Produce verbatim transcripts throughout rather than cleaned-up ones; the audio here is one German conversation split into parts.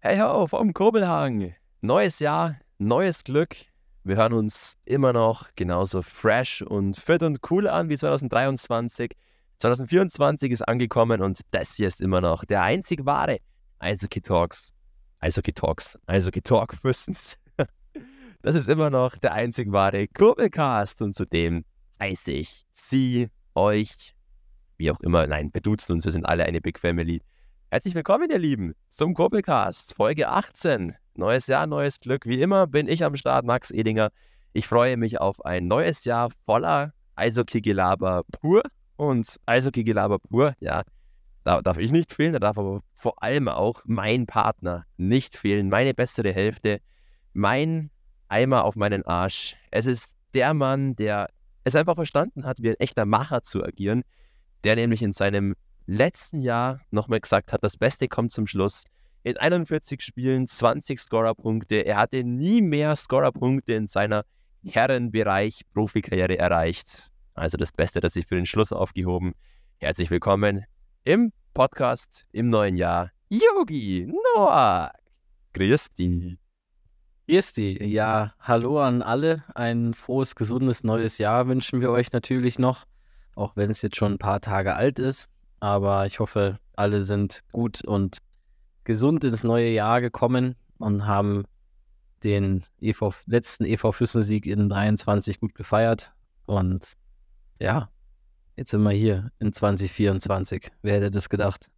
Hey ho, vom Kurbelhang. Neues Jahr, neues Glück. Wir hören uns immer noch genauso fresh und fit und cool an wie zwanzig dreiundzwanzig. zwanzig vierundzwanzig ist angekommen und das hier ist immer noch der einzig wahre Eishockey Talks. Eishockey Talks. Eishockey Talk Wissens. Das ist immer noch der einzig wahre Kurbelcast und zudem heiße ich Sie, euch, wie auch immer. Nein, wir duzen uns, wir sind alle eine Big Family. Herzlich willkommen, ihr Lieben, zum Kurbelcast, Folge achtzehn. Neues Jahr, neues Glück. Wie immer bin ich am Start, Max Edinger. Ich freue mich auf ein neues Jahr voller Eishockey-Gelaber pur. Und Eishockey-Gelaber pur, ja, da darf ich nicht fehlen, da darf aber vor allem auch mein Partner nicht fehlen. Meine bessere Hälfte, mein Eimer auf meinen Arsch. Es ist der Mann, der es einfach verstanden hat, wie ein echter Macher zu agieren, der nämlich in seinem letzten Jahr nochmal gesagt hat, das Beste kommt zum Schluss. In einundvierzig Spielen zwanzig Scorerpunkte. Er hatte nie mehr Scorerpunkte in seiner Herrenbereich Profikarriere erreicht. Also das Beste, das sich für den Schluss aufgehoben. Herzlich willkommen im Podcast im neuen Jahr. Yogi Noah. Grüß dich. Grüß dich. Ja, hallo an alle. Ein frohes, gesundes neues Jahr wünschen wir euch natürlich noch. Auch wenn es jetzt schon ein paar Tage alt ist. Aber ich hoffe, alle sind gut und gesund ins neue Jahr gekommen und haben den E V, letzten E V Füssen-Sieg in dreiundzwanzig gut gefeiert. Und ja, jetzt sind wir hier in zwanzig vierundzwanzig. Wer hätte das gedacht?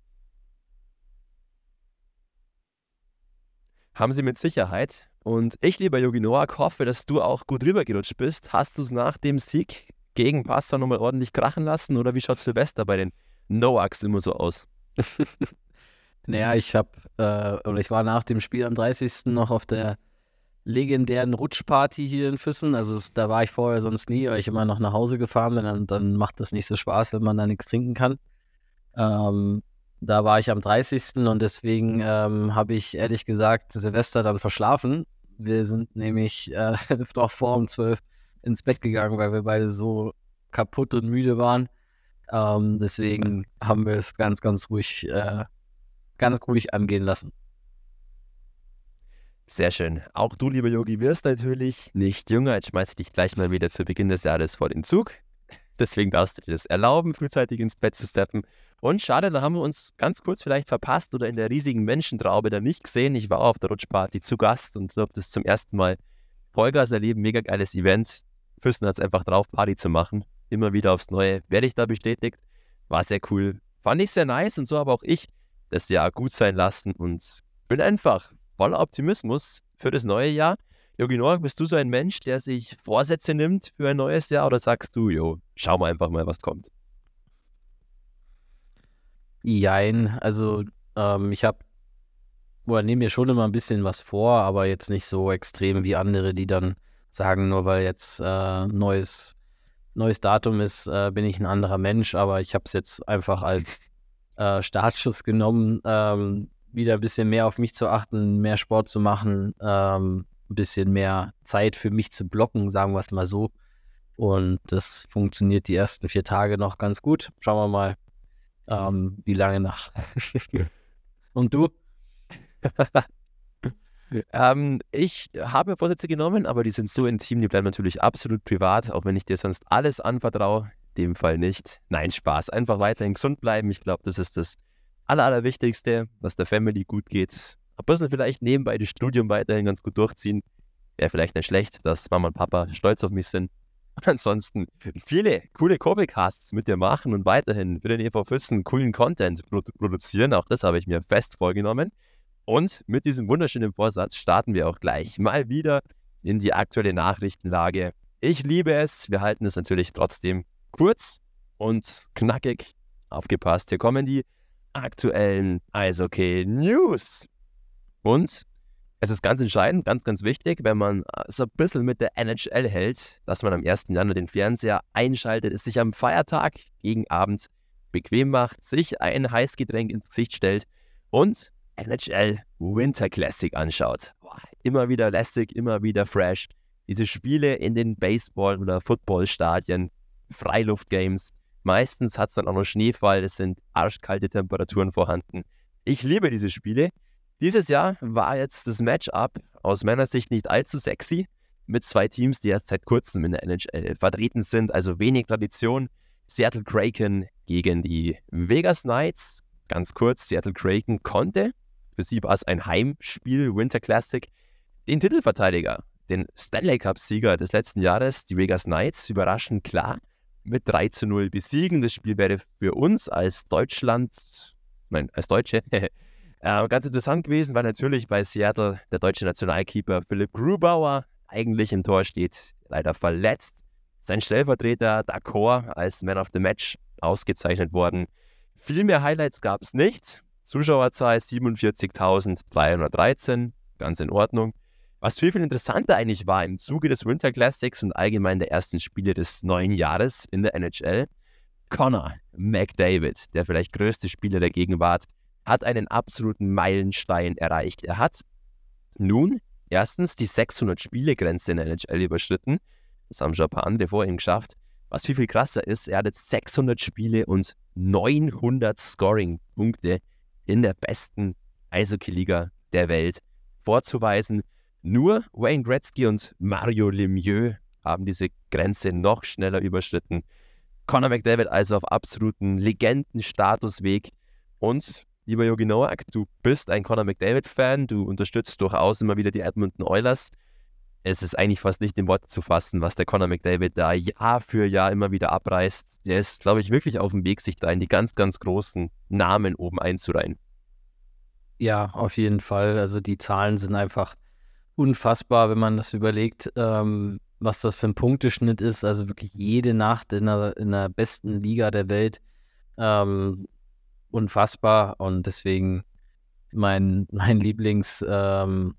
Haben Sie mit Sicherheit. Und ich, lieber Yogi Noah, hoffe, dass du auch gut rübergerutscht bist. Hast du es nach dem Sieg gegen Passau nochmal ordentlich krachen lassen? Oder wie schaut Silvester bei den Noaks immer so aus? Naja, ich habe, äh, oder ich war nach dem Spiel am dreißigsten noch auf der legendären Rutschparty hier in Füssen. Also es, da war ich vorher sonst nie, weil ich immer noch nach Hause gefahren bin. Dann, dann macht das nicht so Spaß, wenn man da nichts trinken kann. Ähm, da war ich am dreißigsten und deswegen ähm, habe ich ehrlich gesagt Silvester dann verschlafen. Wir sind nämlich äh, doch vor um zwölf ins Bett gegangen, weil wir beide so kaputt und müde waren. Ähm, deswegen haben wir es ganz, ganz ruhig, äh, ganz ruhig angehen lassen. Sehr schön. Auch du, lieber Yogi, wirst natürlich nicht jünger. Jetzt schmeiße ich dich gleich mal wieder zu Beginn des Jahres vor den Zug. Deswegen darfst du dir das erlauben, frühzeitig ins Bett zu steppen. Und schade, da haben wir uns ganz kurz vielleicht verpasst oder in der riesigen Menschentraube da nicht gesehen. Ich war auf der Rutschparty zu Gast und durfte das zum ersten Mal Vollgas erleben. Mega geiles Event. Füssen hat es einfach drauf, Party zu machen. Immer wieder aufs Neue. Werde ich da bestätigt. War sehr cool. Fand ich sehr nice und so habe auch ich das Jahr gut sein lassen und bin einfach voller Optimismus für das neue Jahr. Yogi Noah, bist du so ein Mensch, der sich Vorsätze nimmt für ein neues Jahr oder sagst du, jo, schauen wir einfach mal, was kommt? Jein, also ähm, ich habe, oder nehme mir schon immer ein bisschen was vor, aber jetzt nicht so extrem wie andere, die dann sagen, nur weil jetzt äh, neues, neues Datum ist, äh, bin ich ein anderer Mensch, aber ich habe es jetzt einfach als äh, Startschuss genommen, ähm, wieder ein bisschen mehr auf mich zu achten, mehr Sport zu machen, ähm, ein bisschen mehr Zeit für mich zu blocken, sagen wir es mal so. Und das funktioniert die ersten vier Tage noch ganz gut. Schauen wir mal, ähm, wie lange nach. Und du? ähm, ich habe mir Vorsätze genommen, aber die sind so intim, die bleiben natürlich absolut privat, auch wenn ich dir sonst alles anvertraue. In dem Fall nicht. Nein, Spaß. Einfach weiterhin gesund bleiben. Ich glaube, das ist das Aller, Allerwichtigste, dass der Family gut geht. Ein bisschen vielleicht nebenbei das Studium weiterhin ganz gut durchziehen. Wäre vielleicht nicht schlecht, dass Mama und Papa stolz auf mich sind. Und ansonsten viele coole Kurbelcasts mit dir machen und weiterhin für den E V Füssen coolen Content produ- produzieren. Auch das habe ich mir fest vorgenommen. Und mit diesem wunderschönen Vorsatz starten wir auch gleich mal wieder in die aktuelle Nachrichtenlage. Ich liebe es. Wir halten es natürlich trotzdem kurz und knackig. Aufgepasst, hier kommen die aktuellen Eishockey-News. Und es ist ganz entscheidend, ganz, ganz wichtig, wenn man so ein bisschen mit der N H L hält, dass man am ersten Januar den Fernseher einschaltet, es sich am Feiertag gegen Abend bequem macht, sich ein Heißgetränk ins Gesicht stellt und N H L Winter Classic anschaut. Boah, immer wieder lässig, immer wieder fresh. Diese Spiele in den Baseball- oder Footballstadien, Freiluftgames. Meistens hat es dann auch noch Schneefall, es sind arschkalte Temperaturen vorhanden. Ich liebe diese Spiele. Dieses Jahr war jetzt das Matchup aus meiner Sicht nicht allzu sexy mit zwei Teams, die erst seit kurzem in der N H L vertreten sind, also wenig Tradition. Seattle Kraken gegen die Vegas Knights. Ganz kurz, Seattle Kraken konnte, für sie war es ein Heimspiel, Winter Classic, den Titelverteidiger, den Stanley Cup-Sieger des letzten Jahres, die Vegas Knights, überraschend klar mit drei zu null besiegen. Das Spiel wäre für uns als Deutschland, nein, als Deutsche, äh, ganz interessant gewesen, weil natürlich bei Seattle der deutsche Nationalkeeper Philipp Grubauer eigentlich im Tor steht, leider verletzt. Sein Stellvertreter D'accord als Man of the Match ausgezeichnet worden. Viel mehr Highlights gab es nicht. Zuschauerzahl siebenundvierzigtausenddreihundertdreizehn, ganz in Ordnung. Was viel, viel interessanter eigentlich war im Zuge des Winter Classics und allgemein der ersten Spiele des neuen Jahres in der N H L, Connor McDavid, der vielleicht größte Spieler der Gegenwart, hat einen absoluten Meilenstein erreicht. Er hat nun erstens die sechshundert-Spiele-Grenze in der N H L überschritten. Das haben schon ein paar andere vor ihm geschafft. Was viel, viel krasser ist, er hat jetzt sechshundert Spiele und neunhundert Scoring-Punkte in der besten Eishockey-Liga der Welt vorzuweisen. Nur Wayne Gretzky und Mario Lemieux haben diese Grenze noch schneller überschritten. Connor McDavid also auf absoluten Legendenstatusweg. Und lieber Jogi Nowak, du bist ein Connor McDavid-Fan, du unterstützt durchaus immer wieder die Edmonton Oilers. Es ist eigentlich fast nicht in Worte zu fassen, was der Connor McDavid da Jahr für Jahr immer wieder abreißt. Der ist, glaube ich, wirklich auf dem Weg, sich da in die ganz, ganz großen Namen oben einzureihen. Ja, auf jeden Fall. Also die Zahlen sind einfach unfassbar, wenn man das überlegt, ähm, was das für ein Punkteschnitt ist. Also wirklich jede Nacht in der, in der besten Liga der Welt. Ähm, unfassbar. Und deswegen mein, mein Lieblings... Ähm,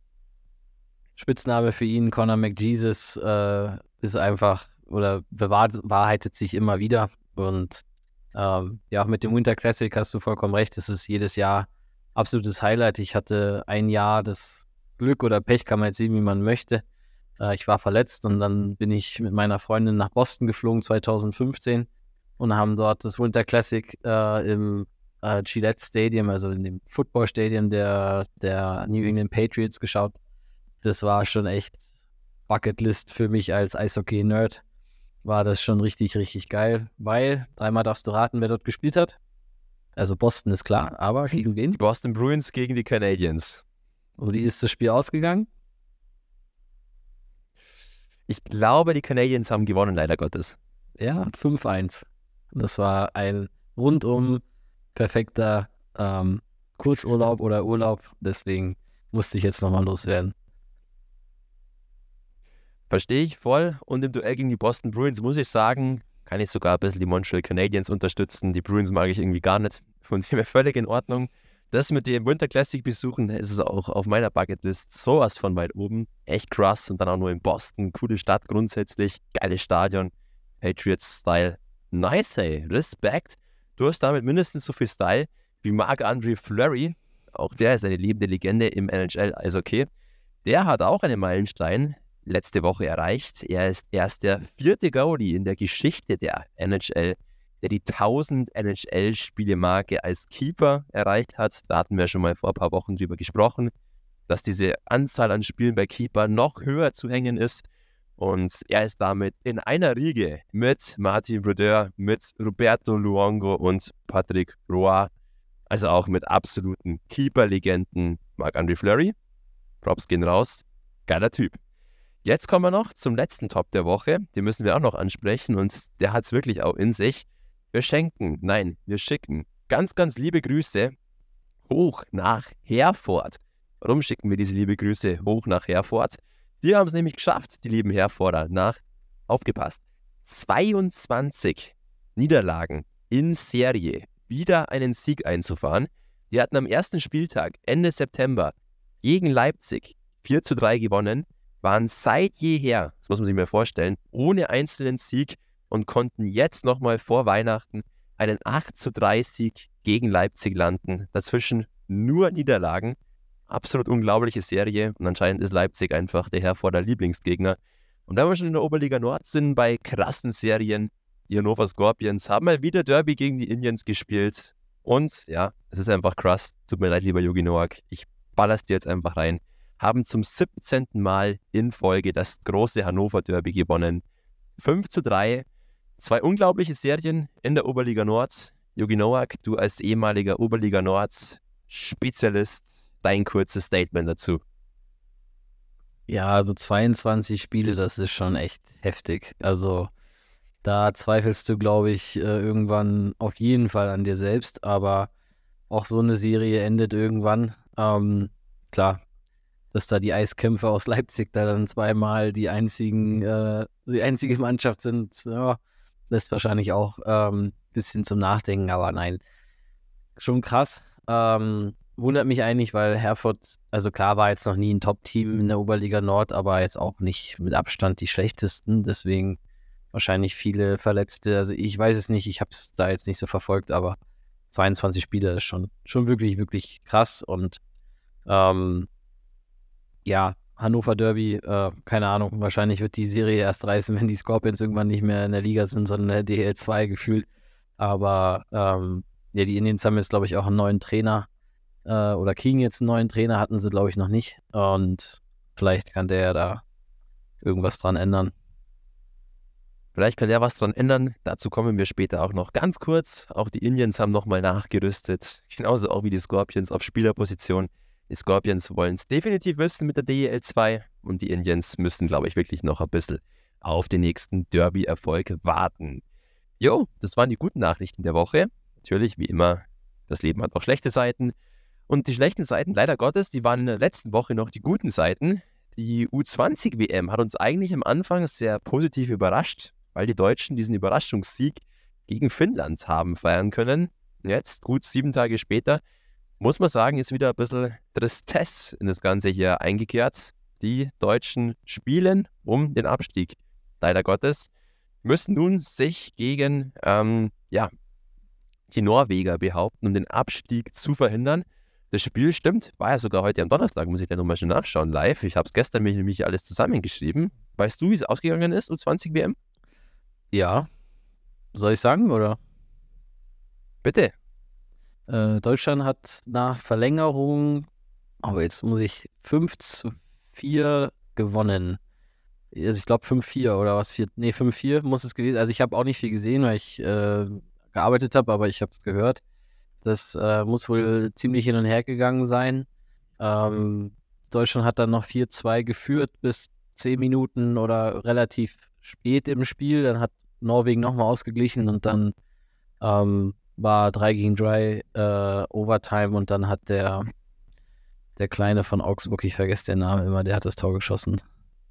Spitzname für ihn, Connor McJesus, äh, ist einfach, oder bewahrheitet sich immer wieder. Und ähm, ja, mit dem Winter Classic hast du vollkommen recht, es ist jedes Jahr absolutes Highlight. Ich hatte ein Jahr das Glück oder Pech, kann man jetzt sehen, wie man möchte. Äh, ich war verletzt und dann bin ich mit meiner Freundin nach Boston geflogen, zweitausendfünfzehn, und haben dort das Winter Classic äh, im äh, Gillette Stadium, also in dem Football Stadium der, der New England Patriots geschaut. Das war schon echt Bucketlist für mich als Eishockey-Nerd. War das schon richtig, richtig geil, weil dreimal darfst du raten, wer dort gespielt hat. Also Boston ist klar, aber gegen wen? Die Boston Bruins gegen die Canadiens. Und wie ist das Spiel ausgegangen? Ich glaube, die Canadiens haben gewonnen, leider Gottes. Ja, fünf eins. Das war ein rundum perfekter ähm, Kurzurlaub oder Urlaub. Deswegen musste ich jetzt nochmal loswerden. Verstehe ich voll. Und im Duell gegen die Boston Bruins muss ich sagen, kann ich sogar ein bisschen die Montreal Canadiens unterstützen. Die Bruins mag ich irgendwie gar nicht. Von dem her völlig in Ordnung. Das mit dem Winter Classic besuchen, ist es auch auf meiner Bucketlist sowas von weit oben. Echt krass. Und dann auch nur in Boston. Coole Stadt grundsätzlich. Geiles Stadion. Patriots-Style. Nice, ey. Respekt. Du hast damit mindestens so viel Style wie Marc-Andre Fleury. Auch der ist eine lebende Legende im N H L. Also okay. Der hat auch einen Meilenstein letzte Woche erreicht. Er ist erst der vierte Goalie in der Geschichte der N H L, der die tausend N H L-Spiele-Marke als Keeper erreicht hat. Da hatten wir schon mal vor ein paar Wochen drüber gesprochen, dass diese Anzahl an Spielen bei Keeper noch höher zu hängen ist. Und er ist damit in einer Riege mit Martin Brodeur, mit Roberto Luongo und Patrick Roy, also auch mit absoluten Keeper-Legenden. Marc-Andre Fleury, Props gehen raus, geiler Typ. Jetzt kommen wir noch zum letzten Top der Woche, den müssen wir auch noch ansprechen und der hat es wirklich auch in sich. Wir schenken, nein, wir schicken ganz, ganz liebe Grüße hoch nach Herford. Warum schicken wir diese liebe Grüße hoch nach Herford? Die haben es nämlich geschafft, die lieben Herforder, nach, aufgepasst, zweiundzwanzig Niederlagen in Serie wieder einen Sieg einzufahren. Die hatten am ersten Spieltag, Ende September, gegen Leipzig vier zu drei gewonnen, waren seit jeher, das muss man sich mal vorstellen, ohne einzelnen Sieg und konnten jetzt nochmal vor Weihnachten einen acht zu drei Sieg gegen Leipzig landen. Dazwischen nur Niederlagen. Absolut unglaubliche Serie und anscheinend ist Leipzig einfach der Herforder Lieblingsgegner. Und wenn wir schon in der Oberliga Nord sind, bei krassen Serien, die Hannover Scorpions haben mal wieder Derby gegen die Indians gespielt. Und ja, es ist einfach krass. Tut mir leid, lieber Jogi Nowak. Ich ballerst dir jetzt einfach rein. Haben zum siebzehnten Mal in Folge das große Hannover Derby gewonnen. fünf zu drei. Zwei unglaubliche Serien in der Oberliga Nord. Jogi Nowack, du als ehemaliger Oberliga Nord-Spezialist, dein kurzes Statement dazu. Ja, also zweiundzwanzig Spiele, das ist schon echt heftig. Also da zweifelst du, glaube ich, äh, irgendwann auf jeden Fall an dir selbst, aber auch so eine Serie endet irgendwann. Ähm, klar, dass da die Eiskämpfer aus Leipzig da dann zweimal die einzigen, äh, die einzige Mannschaft sind, ja, lässt wahrscheinlich auch ein ähm, bisschen zum Nachdenken, aber nein, schon krass. Ähm, wundert mich eigentlich, weil Herford, also klar, war jetzt noch nie ein Top-Team in der Oberliga Nord, aber jetzt auch nicht mit Abstand die schlechtesten, deswegen wahrscheinlich viele Verletzte. Also ich weiß es nicht, ich habe es da jetzt nicht so verfolgt, aber zweiundzwanzig Spiele ist schon, schon wirklich, wirklich krass und ähm, ja, Hannover Derby, äh, keine Ahnung, wahrscheinlich wird die Serie erst reißen, wenn die Scorpions irgendwann nicht mehr in der Liga sind, sondern in der D L zwei gefühlt. Aber ähm, ja, die Indians haben jetzt, glaube ich, auch einen neuen Trainer äh, oder kriegen jetzt einen neuen Trainer, hatten sie, glaube ich, noch nicht. Und vielleicht kann der ja da irgendwas dran ändern. Vielleicht kann der was dran ändern, dazu kommen wir später auch noch. Ganz kurz, auch die Indians haben nochmal nachgerüstet, genauso auch wie die Scorpions auf Spielerposition. Die Scorpions wollen es definitiv wissen mit der D E L zwei und die Indians müssen, glaube ich, wirklich noch ein bisschen auf den nächsten Derby-Erfolg warten. Jo, das waren die guten Nachrichten der Woche. Natürlich, wie immer, das Leben hat auch schlechte Seiten. Und die schlechten Seiten, leider Gottes, die waren in der letzten Woche noch die guten Seiten. Die U zwanzig W M hat uns eigentlich am Anfang sehr positiv überrascht, weil die Deutschen diesen Überraschungssieg gegen Finnland haben feiern können. Jetzt, gut sieben Tage später, muss man sagen, ist wieder ein bisschen Tristesse in das Ganze hier eingekehrt. Die Deutschen spielen um den Abstieg. Leider Gottes müssen nun sich gegen ähm, ja, die Norweger behaupten, um den Abstieg zu verhindern. Das Spiel stimmt, war ja sogar heute am Donnerstag, muss ich dann nochmal schon nachschauen, live. Ich habe es gestern mir nämlich alles zusammengeschrieben. Weißt du, wie es ausgegangen ist, U zwanzig W M? Ja, soll ich sagen, oder? Bitte. Äh, Deutschland hat nach Verlängerung, aber jetzt muss ich fünf zu vier gewonnen. Also ich glaube fünf vier oder was? vier, nee, fünf vier muss es gewesen sein. Also ich habe auch nicht viel gesehen, weil ich äh, gearbeitet habe, aber ich habe es gehört. Das äh, muss wohl ziemlich hin und her gegangen sein. Ähm, Deutschland hat dann noch vier zwei geführt bis zehn Minuten oder relativ spät im Spiel. Dann hat Norwegen nochmal ausgeglichen und dann ähm, war drei gegen drei äh, Overtime und dann hat der, der Kleine von Augsburg, ich vergesse den Namen immer, der hat das Tor geschossen.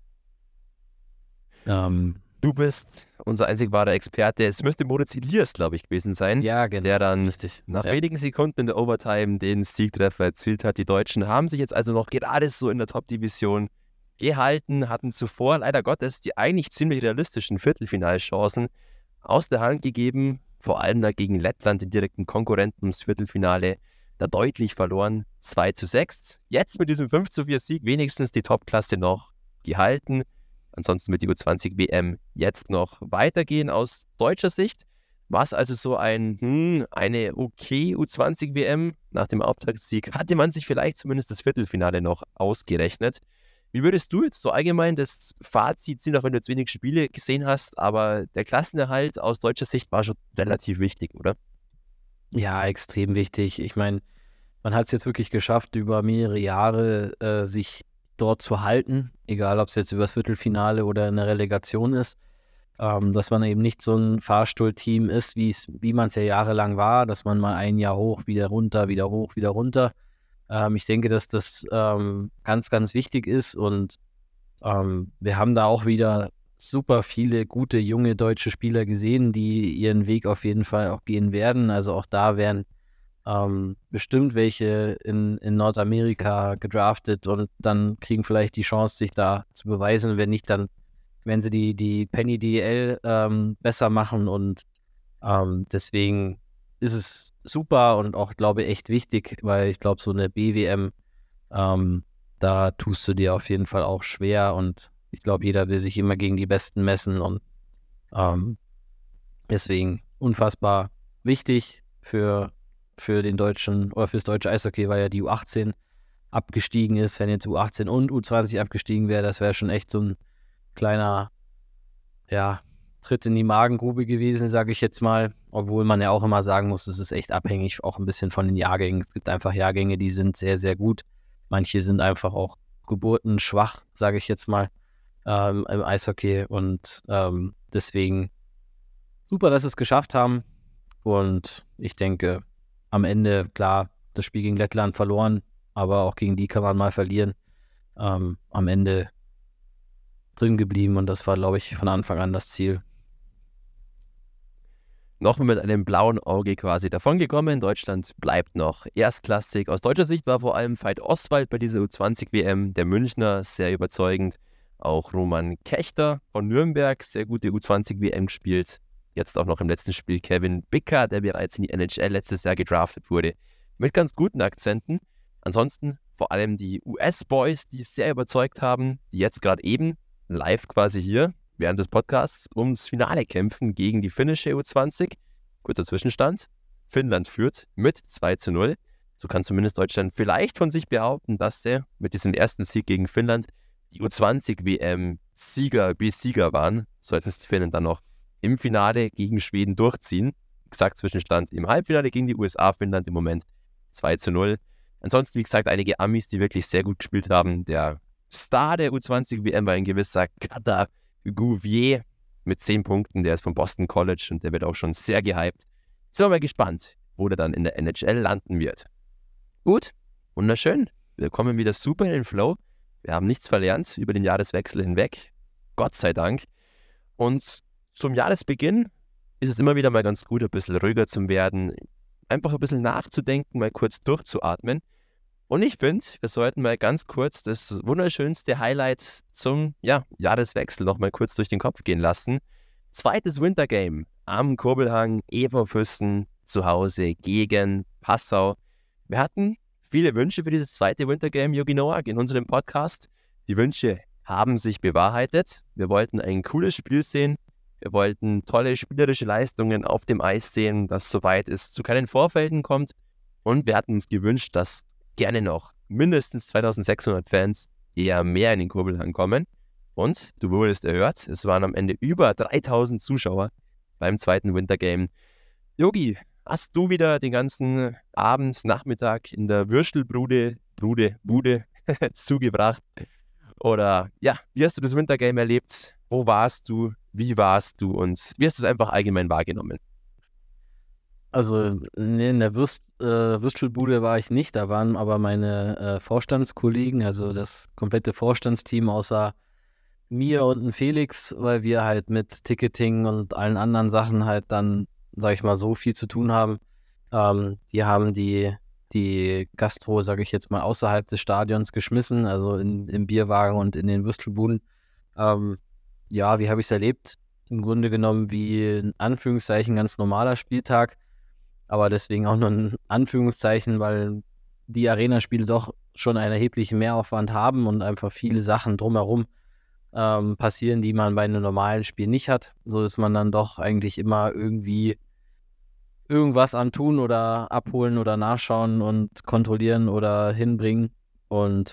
Ähm, Du bist unser einzig wahrer Experte. Es müsste Moritz Elias, glaube ich, gewesen sein, ja, genau. der dann Richtig. nach ja. wenigen Sekunden in der Overtime den Siegtreffer erzielt hat. Die Deutschen haben sich jetzt also noch gerade so in der Top-Division gehalten, hatten zuvor leider Gottes die eigentlich ziemlich realistischen Viertelfinalchancen aus der Hand gegeben, vor allem da gegen Lettland, den direkten Konkurrenten ums Viertelfinale, da deutlich verloren, zwei zu sechs. Jetzt mit diesem fünf zu vier Sieg wenigstens die Top-Klasse noch gehalten. Ansonsten wird die U zwanzig W M jetzt noch weitergehen aus deutscher Sicht. War es also so ein, hm, eine okay U zwanzig W M. Nach dem Auftaktsieg hatte man sich vielleicht zumindest das Viertelfinale noch ausgerechnet. Wie würdest du jetzt so allgemein das Fazit ziehen, auch wenn du jetzt wenig Spiele gesehen hast, aber der Klassenerhalt aus deutscher Sicht war schon relativ wichtig, oder? Ja, extrem wichtig. Ich meine, man hat es jetzt wirklich geschafft, über mehrere Jahre äh, sich dort zu halten, egal ob es jetzt über das Viertelfinale oder eine Relegation ist, ähm, dass man eben nicht so ein Fahrstuhlteam ist, wie man es ja jahrelang war, dass man mal ein Jahr hoch, wieder runter, wieder hoch, wieder runter. Ähm, ich denke, dass das ähm, ganz, ganz wichtig ist und ähm, wir haben da auch wieder super viele gute, junge deutsche Spieler gesehen, die ihren Weg auf jeden Fall auch gehen werden. Also auch da werden Ähm, bestimmt welche in, in Nordamerika gedraftet und dann kriegen vielleicht die Chance, sich da zu beweisen. Wenn nicht, dann werden sie die, die Penny D L ähm, besser machen und ähm, deswegen ist es super und auch, glaube ich, echt wichtig, weil ich glaube, so eine B W M, ähm, da tust du dir auf jeden Fall auch schwer und ich glaube, jeder will sich immer gegen die Besten messen und ähm, deswegen unfassbar wichtig für für den deutschen oder fürs deutsche Eishockey war ja die U achtzehn abgestiegen ist, wenn jetzt U achtzehn und U zwanzig abgestiegen wäre, das wäre schon echt so ein kleiner, ja, Tritt in die Magengrube gewesen, sage ich jetzt mal, obwohl man ja auch immer sagen muss, es ist echt abhängig auch ein bisschen von den Jahrgängen. Es gibt einfach Jahrgänge, die sind sehr, sehr gut. Manche sind einfach auch geburtenschwach, sage ich jetzt mal, ähm, im Eishockey und ähm, deswegen super, dass sie es geschafft haben und ich denke, am Ende, klar, das Spiel gegen Lettland verloren, aber auch gegen die kann man mal verlieren. Ähm, am Ende drin geblieben und das war, glaube ich, von Anfang an das Ziel. Nochmal mit einem blauen Auge quasi davongekommen. Deutschland bleibt noch erstklassig. Aus deutscher Sicht war vor allem Veit Oswald bei dieser U zwanzig W M, der Münchner, sehr überzeugend. Auch Roman Kechter von Nürnberg, sehr gute U zwanzig W M gespielt. Jetzt auch noch im letzten Spiel Kevin Bicker, der bereits in die N H L letztes Jahr gedraftet wurde. Mit ganz guten Akzenten. Ansonsten vor allem die U S-Boys, die sehr überzeugt haben, die jetzt gerade eben live quasi hier während des Podcasts ums Finale kämpfen gegen die finnische U zwanzig. Kurzer Zwischenstand. Finnland führt mit zwei zu null. So kann zumindest Deutschland vielleicht von sich behaupten, dass sie mit diesem ersten Sieg gegen Finnland die U zwanzig W M-Sieger Besieger waren. Sollten es die Finnen dann noch im Finale gegen Schweden durchziehen. Wie gesagt, Zwischenstand im Halbfinale gegen die U S A, Finnland im Moment zwei zu null. Ansonsten, wie gesagt, einige Amis, die wirklich sehr gut gespielt haben. Der Star der U zwanzig W M war ein gewisser Katar Gouvier mit zehn Punkten, der ist vom Boston College und der wird auch schon sehr gehypt. Sind wir mal gespannt, wo der dann in der N H L landen wird. Gut, wunderschön. Wir kommen wieder super in den Flow. Wir haben nichts verlernt über den Jahreswechsel hinweg. Gott sei Dank. Und zum Jahresbeginn ist es immer wieder mal ganz gut, ein bisschen ruhiger zu werden, einfach ein bisschen nachzudenken, mal kurz durchzuatmen. Und ich finde, wir sollten mal ganz kurz das wunderschönste Highlight zum ja, Jahreswechsel noch mal kurz durch den Kopf gehen lassen. Zweites Wintergame am Kurbelhang, Everfüssen zu Hause gegen Passau. Wir hatten viele Wünsche für dieses zweite Wintergame, Yogi Noah, in unserem Podcast. Die Wünsche haben sich bewahrheitet. Wir wollten ein cooles Spiel sehen. Wir wollten tolle spielerische Leistungen auf dem Eis sehen, dass soweit es zu keinen Vorfällen kommt. Und wir hatten uns gewünscht, dass gerne noch mindestens zweitausendsechshundert Fans, eher mehr in den Kurbelhang kommen. Und du wurdest erhört, es waren am Ende über dreitausend Zuschauer beim zweiten Wintergame. Yogi, hast du wieder den ganzen Abend, Nachmittag in der Würstelbrude, Brude, Bude zugebracht? Oder ja, wie hast du das Wintergame erlebt? Wo warst du? Wie warst du? Und wie hast du es einfach allgemein wahrgenommen? Also nee, in der Würst, äh, Würstelbude war ich nicht, da waren aber meine äh, Vorstandskollegen, also das komplette Vorstandsteam außer mir und ein Felix, weil wir halt mit Ticketing und allen anderen Sachen halt dann, sag ich mal, so viel zu tun haben. Ähm, die haben die, die Gastro, sag ich jetzt mal, außerhalb des Stadions geschmissen, also in, im Bierwagen und in den Würstelbuden. Ähm, ja, wie habe ich es erlebt? Im Grunde genommen wie in Anführungszeichen ganz normaler Spieltag. Aber deswegen auch nur ein Anführungszeichen, weil die Arena-Spiele doch schon einen erheblichen Mehraufwand haben und einfach viele Sachen drumherum ähm, passieren, die man bei einem normalen Spiel nicht hat. So ist man dann doch eigentlich immer irgendwie irgendwas am Tun oder abholen oder nachschauen und kontrollieren oder hinbringen. Und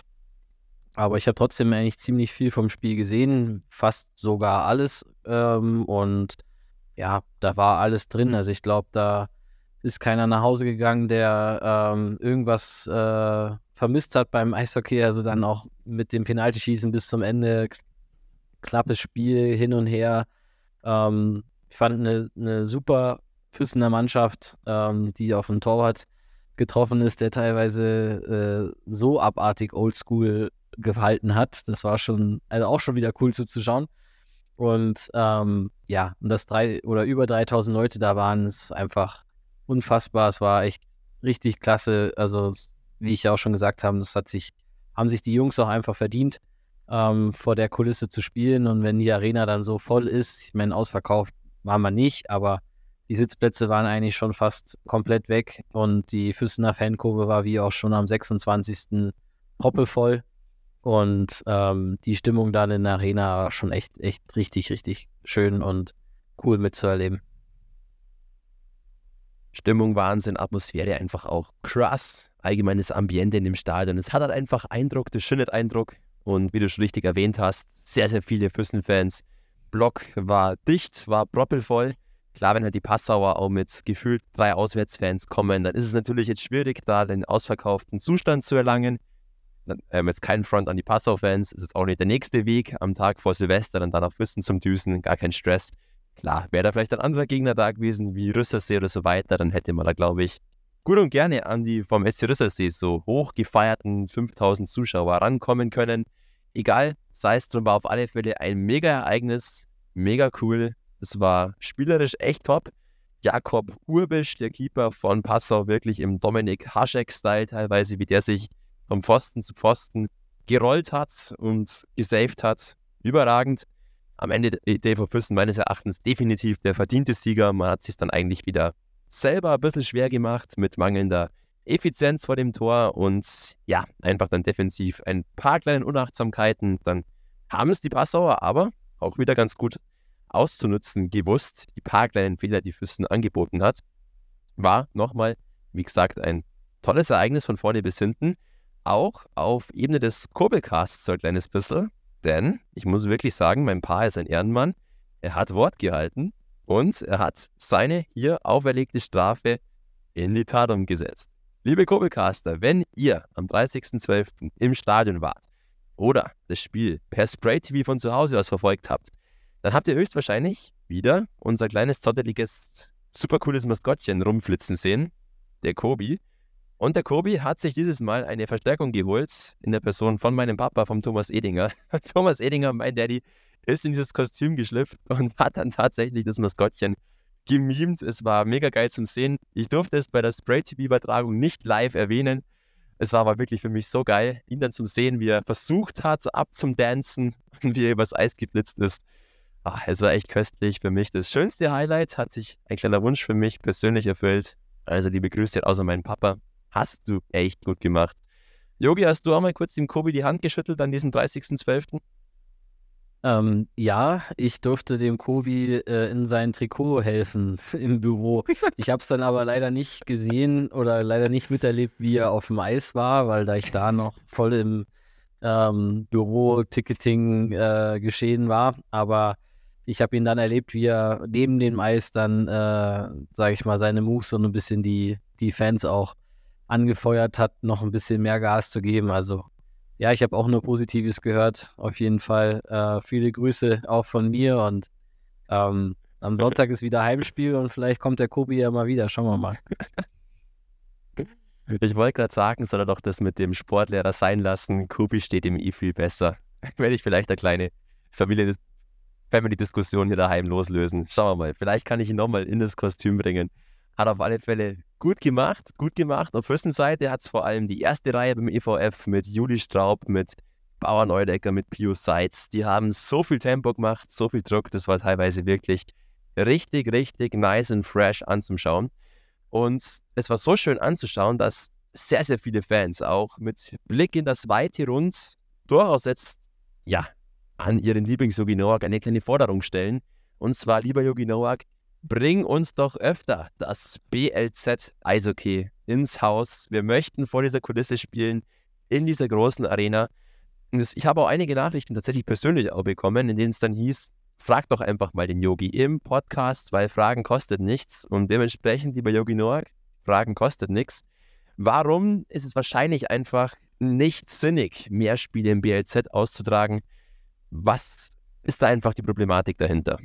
aber ich habe trotzdem eigentlich ziemlich viel vom Spiel gesehen, fast sogar alles. Ähm, und ja, da war alles drin. Also ich glaube, da ist keiner nach Hause gegangen, der ähm, irgendwas äh, vermisst hat beim Eishockey. Also dann auch mit dem Penaltyschießen bis zum Ende. Knappes Spiel hin und her. Ähm, ich fand eine, eine super Füssener Mannschaft, ähm, die auf den Torwart getroffen ist, der teilweise äh, so abartig oldschool gehalten hat. Das war schon, also auch schon wieder cool zuzuschauen. Und ähm, ja, und dass drei oder über dreitausend Leute da waren, ist einfach unfassbar. Es war echt richtig klasse. Also, wie ich ja auch schon gesagt habe, das hat sich, haben sich die Jungs auch einfach verdient, ähm, vor der Kulisse zu spielen. Und wenn die Arena dann so voll ist, ich meine, ausverkauft war man nicht, aber die Sitzplätze waren eigentlich schon fast komplett weg. Und die Füssener Fankurve war wie auch schon am sechsundzwanzigsten proppevoll. Und ähm, die Stimmung dann in der Arena war schon echt, echt richtig, richtig schön und cool mitzuerleben. Stimmung Wahnsinn, Atmosphäre einfach auch krass, allgemeines Ambiente in dem Stadion. Es hat halt einfach Eindruck, das schindet Eindruck und wie du schon richtig erwähnt hast, sehr, sehr viele Füssen-Fans. Block war dicht, war proppelvoll. Klar, wenn halt die Passauer auch mit gefühlt drei Auswärtsfans kommen, dann ist es natürlich jetzt schwierig, da den ausverkauften Zustand zu erlangen. Dann, ähm, jetzt kein Front an die Passau-Fans, ist jetzt auch nicht der nächste Weg am Tag vor Silvester, dann da nach Füssen zum Düsen, gar kein Stress. Klar, wäre da vielleicht ein anderer Gegner da gewesen, wie Rüssersee oder so weiter, dann hätte man da, glaube ich, gut und gerne an die vom S C Rüssersee so hoch gefeierten fünftausend Zuschauer rankommen können. Egal, sei es drum, war auf alle Fälle ein Mega-Ereignis, mega cool. Es war spielerisch echt top. Jakob Urbisch, der Keeper von Passau, wirklich im Dominik Haschek-Style teilweise, wie der sich vom Pfosten zu Pfosten gerollt hat und gesaved hat. Überragend. Am Ende der D V Füssen meines Erachtens definitiv der verdiente Sieger. Man hat sich dann eigentlich wieder selber ein bisschen schwer gemacht mit mangelnder Effizienz vor dem Tor und ja, einfach dann defensiv ein paar kleinen Unachtsamkeiten. Dann haben es die Passauer aber auch wieder ganz gut auszunutzen gewusst. Die paar kleinen Fehler, die Füssen angeboten hat, war nochmal, wie gesagt, ein tolles Ereignis von vorne bis hinten. Auch auf Ebene des Kurbelcasts so ein kleines bisschen. Denn ich muss wirklich sagen, mein Pa ist ein Ehrenmann. Er hat Wort gehalten und er hat seine hier auferlegte Strafe in die Tat umgesetzt. Liebe Kurbelcaster, wenn ihr am dreißigsten zwölften im Stadion wart oder das Spiel per Spray-T V von zu Hause aus verfolgt habt, dann habt ihr höchstwahrscheinlich wieder unser kleines, zotteliges, super cooles Maskottchen rumflitzen sehen, der Kobi. Und der Kobi hat sich dieses Mal eine Verstärkung geholt in der Person von meinem Papa, vom Thomas Edinger. Thomas Edinger, mein Daddy, ist in dieses Kostüm geschlüpft und hat dann tatsächlich das Maskottchen gemimt. Es war mega geil zum Sehen. Ich durfte es bei der Spray-T V-Übertragung nicht live erwähnen. Es war aber wirklich für mich so geil, ihn dann zum Sehen, wie er versucht hat, abzudancen und wie er übers Eis geflitzt ist. Ach, es war echt köstlich für mich. Das schönste Highlight hat sich ein kleiner Wunsch für mich persönlich erfüllt. Also liebe Grüße außer meinen Papa. Hast du echt gut gemacht. Yogi, hast du auch mal kurz dem Kobi die Hand geschüttelt an diesem dreißigsten zwölften? Ähm, ja, ich durfte dem Kobi äh, in sein Trikot helfen im Büro. Ich habe es dann aber leider nicht gesehen oder leider nicht miterlebt, wie er auf dem Eis war, weil da ich da noch voll im ähm, Büro-Ticketing äh, geschehen war. Aber ich habe ihn dann erlebt, wie er neben dem Eis dann, äh, sage ich mal, seine Moves und ein bisschen die, die Fans auch angefeuert hat, noch ein bisschen mehr Gas zu geben. Also ja, ich habe auch nur Positives gehört, auf jeden Fall. Äh, viele Grüße auch von mir und ähm, am Sonntag ist wieder Heimspiel und vielleicht kommt der Kobi ja mal wieder. Schauen wir mal. Ich wollte gerade sagen, soll er doch das mit dem Sportlehrer sein lassen. Kobi steht ihm eh viel besser. Werde ich vielleicht eine kleine Familie- Family-Diskussion hier daheim loslösen. Schauen wir mal. Vielleicht kann ich ihn nochmal in das Kostüm bringen. Hat auf alle Fälle gut gemacht, gut gemacht. Auf Füssen-Seite hat es vor allem die erste Reihe beim E V F mit Juli Straub, mit Bauer Neudecker, mit Pius Seitz. Die haben so viel Tempo gemacht, so viel Druck. Das war teilweise wirklich richtig, richtig nice und fresh anzuschauen. Und es war so schön anzuschauen, dass sehr, sehr viele Fans auch mit Blick in das weite Rund durchaus jetzt, ja, an ihren Lieblings-Yogi Noack eine kleine Forderung stellen. Und zwar, lieber Yogi Noack, bring uns doch öfter das B L Z Eishockey ins Haus. Wir möchten vor dieser Kulisse spielen, in dieser großen Arena. Und das, ich habe auch einige Nachrichten tatsächlich persönlich auch bekommen, in denen es dann hieß, frag doch einfach mal den Yogi im Podcast, weil Fragen kostet nichts. Und dementsprechend, lieber Yogi Noack, Fragen kostet nichts. Warum ist es wahrscheinlich einfach nicht sinnig, mehr Spiele im B L Z auszutragen? Was ist da einfach die Problematik dahinter?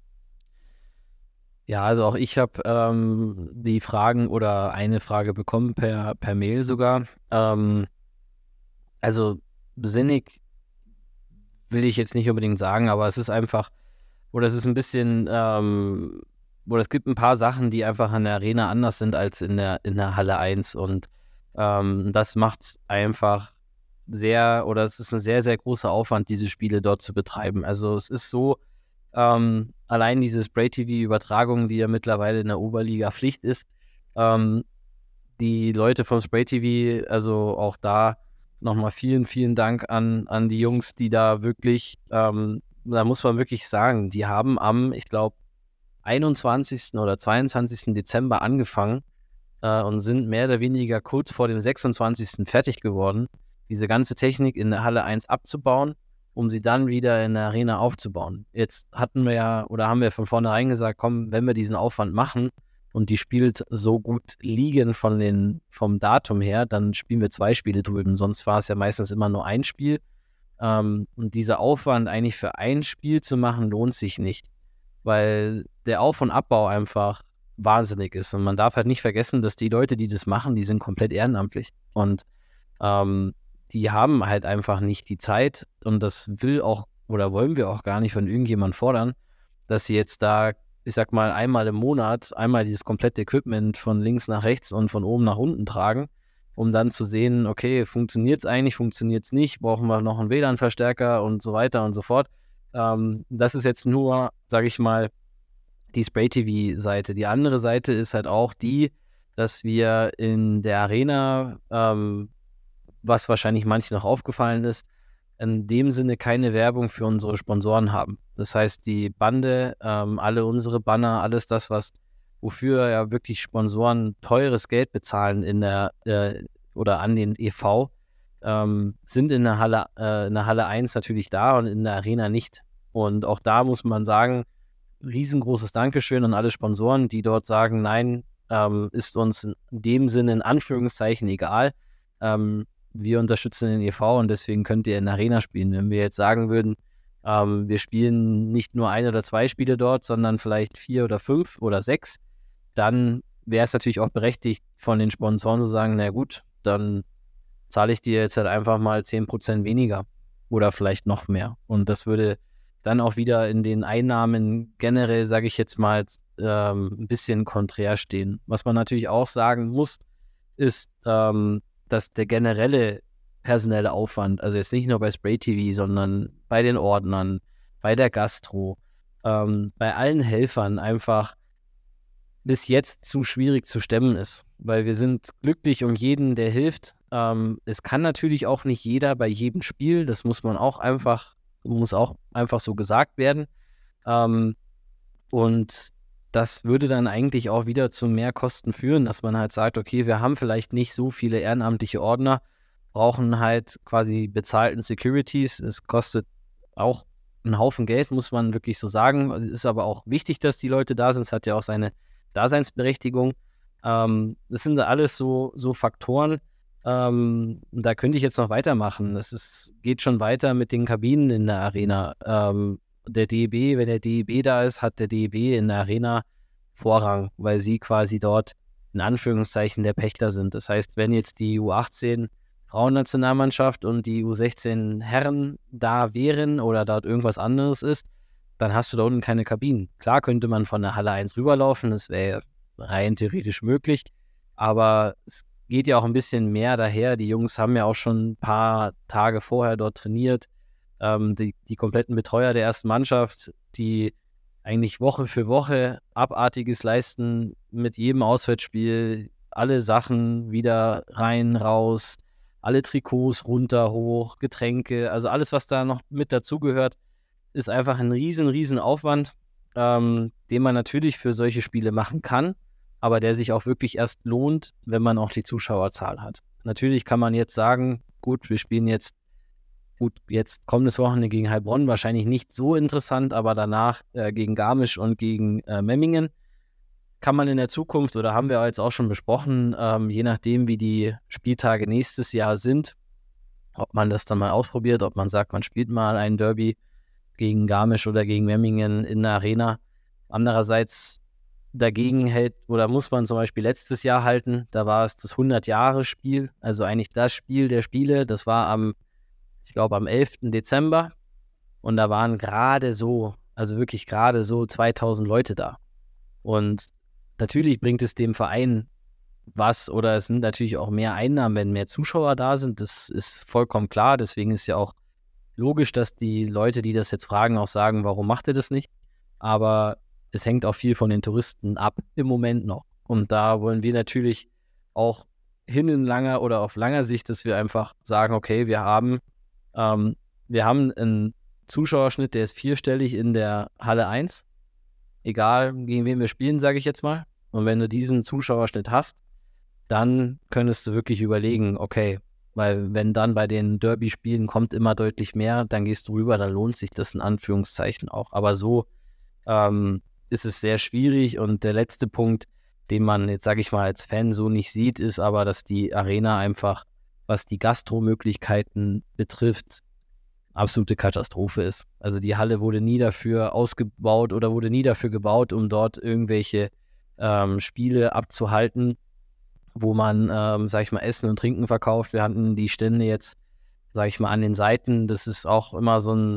Ja, also auch ich habe ähm, die Fragen oder eine Frage bekommen per, per Mail sogar. Ähm, also sinnig will ich jetzt nicht unbedingt sagen, aber es ist einfach, oder es ist ein bisschen, ähm, oder es gibt ein paar Sachen, die einfach an der Arena anders sind als in der, in der Halle eins und ähm, das macht es einfach sehr, oder es ist ein sehr, sehr großer Aufwand, diese Spiele dort zu betreiben. Also es ist so, ähm, allein diese Spray-T V-Übertragung, die ja mittlerweile in der Oberliga Pflicht ist, ähm, die Leute vom Spray-T V, also auch da nochmal vielen, vielen Dank an, an die Jungs, die da wirklich, ähm, da muss man wirklich sagen, die haben am, ich glaube, einundzwanzigsten oder zweiundzwanzigsten Dezember angefangen äh, und sind mehr oder weniger kurz vor dem sechsundzwanzigsten fertig geworden, diese ganze Technik in der Halle eins abzubauen, um sie dann wieder in der Arena aufzubauen. Jetzt hatten wir ja, oder haben wir von vornherein gesagt, komm, wenn wir diesen Aufwand machen und die Spiele so gut liegen von den, vom Datum her, dann spielen wir zwei Spiele drüben. Sonst war es ja meistens immer nur ein Spiel. Ähm, und dieser Aufwand eigentlich für ein Spiel zu machen, lohnt sich nicht, weil der Auf- und Abbau einfach wahnsinnig ist. Und man darf halt nicht vergessen, dass die Leute, die das machen, die sind komplett ehrenamtlich. Und ähm, die haben halt einfach nicht die Zeit, und das will auch oder wollen wir auch gar nicht von irgendjemandem fordern, dass sie jetzt da, ich sag mal, einmal im Monat einmal dieses komplette Equipment von links nach rechts und von oben nach unten tragen, um dann zu sehen, okay, funktioniert es eigentlich, funktioniert es nicht, brauchen wir noch einen W L A N-Verstärker und so weiter und so fort. Ähm, das ist jetzt nur, sage ich mal, die Spray-T V-Seite. Die andere Seite ist halt auch die, dass wir in der Arena, ähm, was wahrscheinlich manchen noch aufgefallen ist, in dem Sinne keine Werbung für unsere Sponsoren haben. Das heißt, die Bande, ähm, alle unsere Banner, alles das, was wofür ja wirklich Sponsoren teures Geld bezahlen in der äh, oder an den E V, ähm, sind in der Halle äh, in der Halle eins natürlich da und in der Arena nicht. Und auch da muss man sagen, riesengroßes Dankeschön an alle Sponsoren, die dort sagen, nein, ähm, ist uns in dem Sinne in Anführungszeichen egal. Ähm, wir unterstützen den E V und deswegen könnt ihr in der Arena spielen. Wenn wir jetzt sagen würden, ähm, wir spielen nicht nur ein oder zwei Spiele dort, sondern vielleicht vier oder fünf oder sechs, dann wäre es natürlich auch berechtigt von den Sponsoren zu sagen, na gut, dann zahle ich dir jetzt halt einfach mal zehn Prozent weniger oder vielleicht noch mehr. Und das würde dann auch wieder in den Einnahmen generell, sage ich jetzt mal, ähm, ein bisschen konträr stehen. Was man natürlich auch sagen muss, ist, ähm, dass der generelle personelle Aufwand, also jetzt nicht nur bei Spray-T V, sondern bei den Ordnern, bei der Gastro, ähm, bei allen Helfern einfach bis jetzt zu schwierig zu stemmen ist, weil wir sind glücklich um jeden, der hilft. Ähm, es kann natürlich auch nicht jeder bei jedem Spiel, das muss man auch einfach, muss auch einfach so gesagt werden. Ähm, und das würde dann eigentlich auch wieder zu mehr Kosten führen, dass man halt sagt, okay, wir haben vielleicht nicht so viele ehrenamtliche Ordner, brauchen halt quasi bezahlten Securities. Es kostet auch einen Haufen Geld, muss man wirklich so sagen. Es ist aber auch wichtig, dass die Leute da sind. Es hat ja auch seine Daseinsberechtigung. Ähm, das sind alles so, so Faktoren. Ähm, da könnte ich jetzt noch weitermachen. Es ist, geht schon weiter mit den Kabinen in der Arena. Ähm, der D E B, wenn der D E B da ist, hat der D E B in der Arena Vorrang, weil sie quasi dort in Anführungszeichen der Pächter sind. Das heißt, wenn jetzt die U achtzehn Frauennationalmannschaft und die U sechzehn Herren da wären oder dort irgendwas anderes ist, dann hast du da unten keine Kabinen. Klar könnte man von der Halle eins rüberlaufen, das wäre rein theoretisch möglich, aber es geht ja auch ein bisschen mehr daher. Die Jungs haben ja auch schon ein paar Tage vorher dort trainiert. Ähm, die, die kompletten Betreuer der ersten Mannschaft, die eigentlich Woche für Woche Abartiges leisten mit jedem Auswärtsspiel, alle Sachen wieder rein, raus, alle Trikots runter, hoch, Getränke, also alles, was da noch mit dazugehört, ist einfach ein riesen, riesen Aufwand, ähm, den man natürlich für solche Spiele machen kann, aber der sich auch wirklich erst lohnt, wenn man auch die Zuschauerzahl hat. Natürlich kann man jetzt sagen, gut, wir spielen jetzt, gut, jetzt kommendes Wochenende gegen Heilbronn, wahrscheinlich nicht so interessant, aber danach äh, gegen Garmisch und gegen äh, Memmingen kann man in der Zukunft, oder haben wir jetzt auch schon besprochen, ähm, je nachdem, wie die Spieltage nächstes Jahr sind, ob man das dann mal ausprobiert, ob man sagt, man spielt mal ein Derby gegen Garmisch oder gegen Memmingen in der Arena. Andererseits dagegen hält oder muss man zum Beispiel letztes Jahr halten, da war es das hundert-Jahre-Spiel, also eigentlich das Spiel der Spiele, das war am, ich glaube am elften Dezember und da waren gerade so, also wirklich gerade so zweitausend Leute da. Und natürlich bringt es dem Verein was, oder es sind natürlich auch mehr Einnahmen, wenn mehr Zuschauer da sind, das ist vollkommen klar, deswegen ist ja auch logisch, dass die Leute, die das jetzt fragen, auch sagen, warum macht ihr das nicht? Aber es hängt auch viel von den Touristen ab, im Moment noch. Und da wollen wir natürlich auch hin in langer oder auf langer Sicht, dass wir einfach sagen, okay, wir haben, ähm, wir haben einen Zuschauerschnitt, der ist vierstellig in der Halle eins. egal gegen wen wir spielen, sage ich jetzt mal. Und wenn du diesen Zuschauerschnitt hast, dann könntest du wirklich überlegen, okay, weil wenn dann bei den Derby-Spielen kommt immer deutlich mehr, dann gehst du rüber, dann lohnt sich das in Anführungszeichen auch. Aber so ähm, ist es sehr schwierig. Und der letzte Punkt, den man jetzt, sage ich mal, als Fan so nicht sieht, ist aber, dass die Arena einfach, was die Gastromöglichkeiten betrifft, absolute Katastrophe ist. Also die Halle wurde nie dafür ausgebaut oder wurde nie dafür gebaut, um dort irgendwelche ähm, Spiele abzuhalten, wo man, ähm, sag ich mal, Essen und Trinken verkauft. Wir hatten die Stände jetzt, sag ich mal, an den Seiten. Das ist auch immer so ein,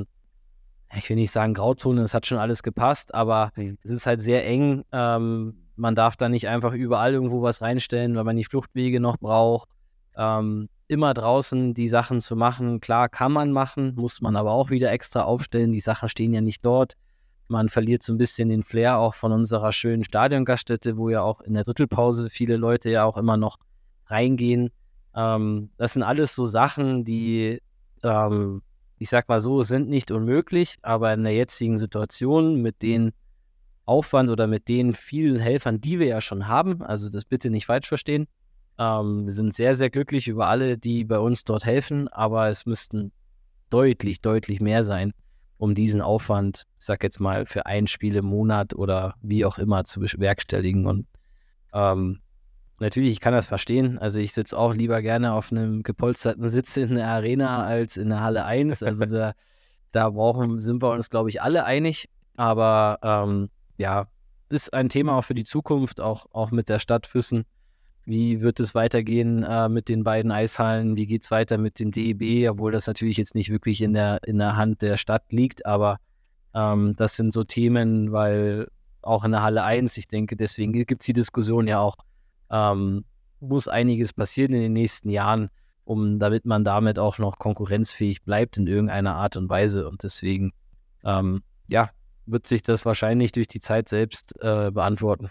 ich will nicht sagen Grauzone, das hat schon alles gepasst, aber mhm. es ist halt sehr eng. Ähm, man darf da nicht einfach überall irgendwo was reinstellen, weil man die Fluchtwege noch braucht. Ähm, immer draußen die Sachen zu machen, klar kann man machen, muss man aber auch wieder extra aufstellen. Die Sachen stehen ja nicht dort. Man verliert so ein bisschen den Flair auch von unserer schönen Stadiongaststätte, wo ja auch in der Drittelpause viele Leute ja auch immer noch reingehen. Ähm, das sind alles so Sachen, die, ähm, ich sag mal so, sind nicht unmöglich, aber in der jetzigen Situation mit den Aufwand oder mit den vielen Helfern, die wir ja schon haben, also das bitte nicht falsch verstehen, ähm, wir sind sehr, sehr glücklich über alle, die bei uns dort helfen, aber es müssten deutlich, deutlich mehr sein, um diesen Aufwand, ich sag jetzt mal, für ein Spiel im Monat oder wie auch immer zu bewerkstelligen. Und ähm, natürlich, ich kann das verstehen. Also ich sitze auch lieber gerne auf einem gepolsterten Sitz in der Arena als in der Halle eins. Also da, da brauchen, sind wir uns, glaube ich, alle einig. Aber ähm, ja, ist ein Thema auch für die Zukunft, auch, auch mit der Stadt Füssen. Wie wird es weitergehen äh, mit den beiden Eishallen? Wie geht es weiter mit dem D E B? Obwohl das natürlich jetzt nicht wirklich in der, in der Hand der Stadt liegt, aber ähm, das sind so Themen, weil auch in der Halle eins, ich denke, deswegen gibt es die Diskussion ja auch, ähm, muss einiges passieren in den nächsten Jahren, um damit man damit auch noch konkurrenzfähig bleibt in irgendeiner Art und Weise. Und deswegen, ähm, ja, wird sich das wahrscheinlich durch die Zeit selbst äh, beantworten.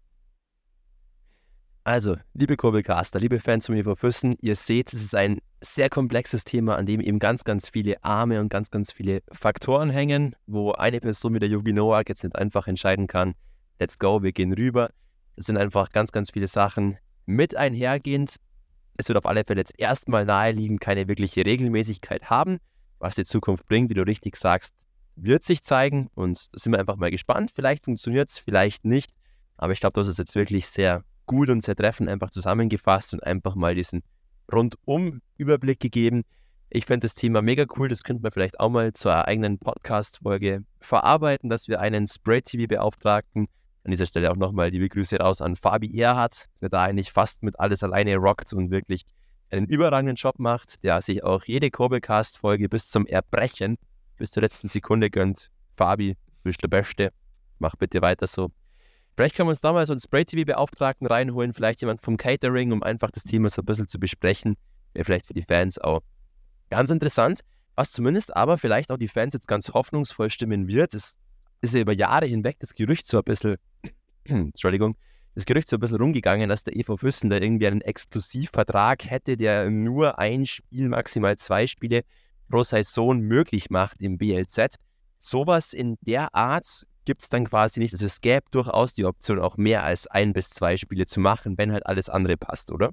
Also, liebe Kurbelcaster, liebe Fans von U V Füssen, ihr seht, es ist ein sehr komplexes Thema, an dem eben ganz, ganz viele Arme und ganz, ganz viele Faktoren hängen, wo eine Person wie der Jogi Noak jetzt nicht einfach entscheiden kann, let's go, wir gehen rüber. Es sind einfach ganz, ganz viele Sachen mit einhergehend. Es wird auf alle Fälle jetzt erstmal naheliegend keine wirkliche Regelmäßigkeit haben. Was die Zukunft bringt, wie du richtig sagst, wird sich zeigen und da sind wir einfach mal gespannt. Vielleicht funktioniert es, vielleicht nicht, aber ich glaube, das ist jetzt wirklich sehr gut und sehr treffend einfach zusammengefasst und einfach mal diesen Rundum-Überblick gegeben. Ich finde das Thema mega cool, das könnte man vielleicht auch mal zur eigenen Podcast-Folge verarbeiten, dass wir einen Spray-T V-Beauftragten, an dieser Stelle auch nochmal liebe Grüße raus an Fabi Erhardt, der da eigentlich fast mit alles alleine rockt und wirklich einen überragenden Job macht, der sich auch jede Kurbelcast-Folge bis zum Erbrechen, bis zur letzten Sekunde gönnt. Fabi, du bist der Beste, mach bitte weiter so. Vielleicht können wir uns da mal so einen Spray-T V-Beauftragten reinholen, vielleicht jemand vom Catering, um einfach das Thema so ein bisschen zu besprechen. Wäre vielleicht für die Fans auch ganz interessant, was zumindest aber vielleicht auch die Fans jetzt ganz hoffnungsvoll stimmen wird. Es ist ja über Jahre hinweg das Gerücht so ein bisschen, Entschuldigung, das Gerücht so ein bisschen rumgegangen, dass der E V Füssen da irgendwie einen Exklusivvertrag hätte, der nur ein Spiel, maximal zwei Spiele pro Saison möglich macht im B L Z. Sowas in der Art gibt es dann quasi nicht. Also es gäbe durchaus die Option, auch mehr als ein bis zwei Spiele zu machen, wenn halt alles andere passt, oder?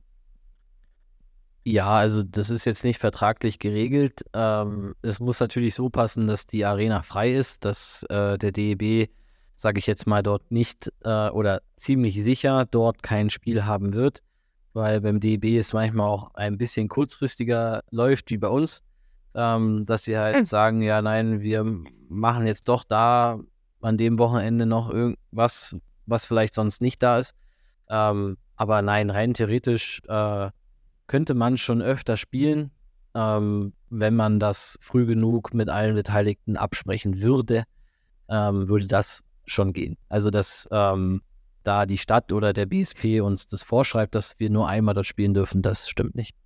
Ja, also das ist jetzt nicht vertraglich geregelt. Ähm, es muss natürlich so passen, dass die Arena frei ist, dass äh, der D E B, sage ich jetzt mal, dort nicht äh, oder ziemlich sicher dort kein Spiel haben wird, weil beim D E B es manchmal auch ein bisschen kurzfristiger läuft wie bei uns, ähm, dass sie halt hm. sagen, ja nein, wir machen jetzt doch da an dem Wochenende noch irgendwas, was vielleicht sonst nicht da ist. Ähm, aber nein, rein theoretisch äh, könnte man schon öfter spielen, ähm, wenn man das früh genug mit allen Beteiligten absprechen würde, ähm, würde das schon gehen. Also, dass ähm, da die Stadt oder der B S P uns das vorschreibt, dass wir nur einmal dort spielen dürfen, das stimmt nicht.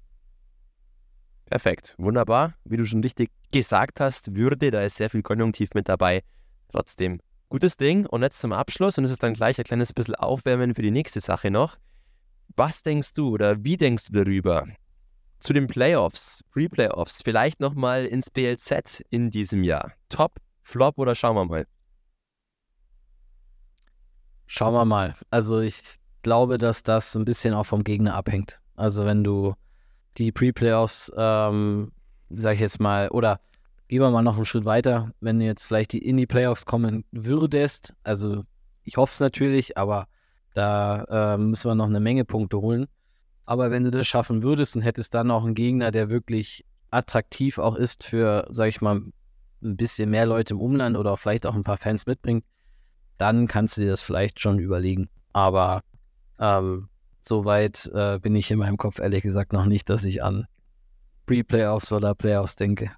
Perfekt, wunderbar. Wie du schon richtig gesagt hast, würde, da ist sehr viel Konjunktiv mit dabei. Trotzdem, gutes Ding. Und jetzt zum Abschluss, und es ist dann gleich ein kleines bisschen Aufwärmen für die nächste Sache noch. Was denkst du oder wie denkst du darüber zu den Playoffs, Pre-Playoffs, vielleicht nochmal ins B L Z in diesem Jahr? Top, Flop oder schauen wir mal? Schauen wir mal. Also ich glaube, dass das ein bisschen auch vom Gegner abhängt. Also wenn du die Pre-Playoffs, ähm, sag ich jetzt mal, oder gehen wir mal noch einen Schritt weiter, wenn du jetzt vielleicht die in die Playoffs kommen würdest, also ich hoffe es natürlich, aber da äh, müssen wir noch eine Menge Punkte holen. Aber wenn du das schaffen würdest und hättest dann auch einen Gegner, der wirklich attraktiv auch ist für, sag ich mal, ein bisschen mehr Leute im Umland oder vielleicht auch ein paar Fans mitbringt, dann kannst du dir das vielleicht schon überlegen. Aber ähm, so weit äh, bin ich in meinem Kopf ehrlich gesagt noch nicht, dass ich an Pre-Playoffs oder Playoffs denke.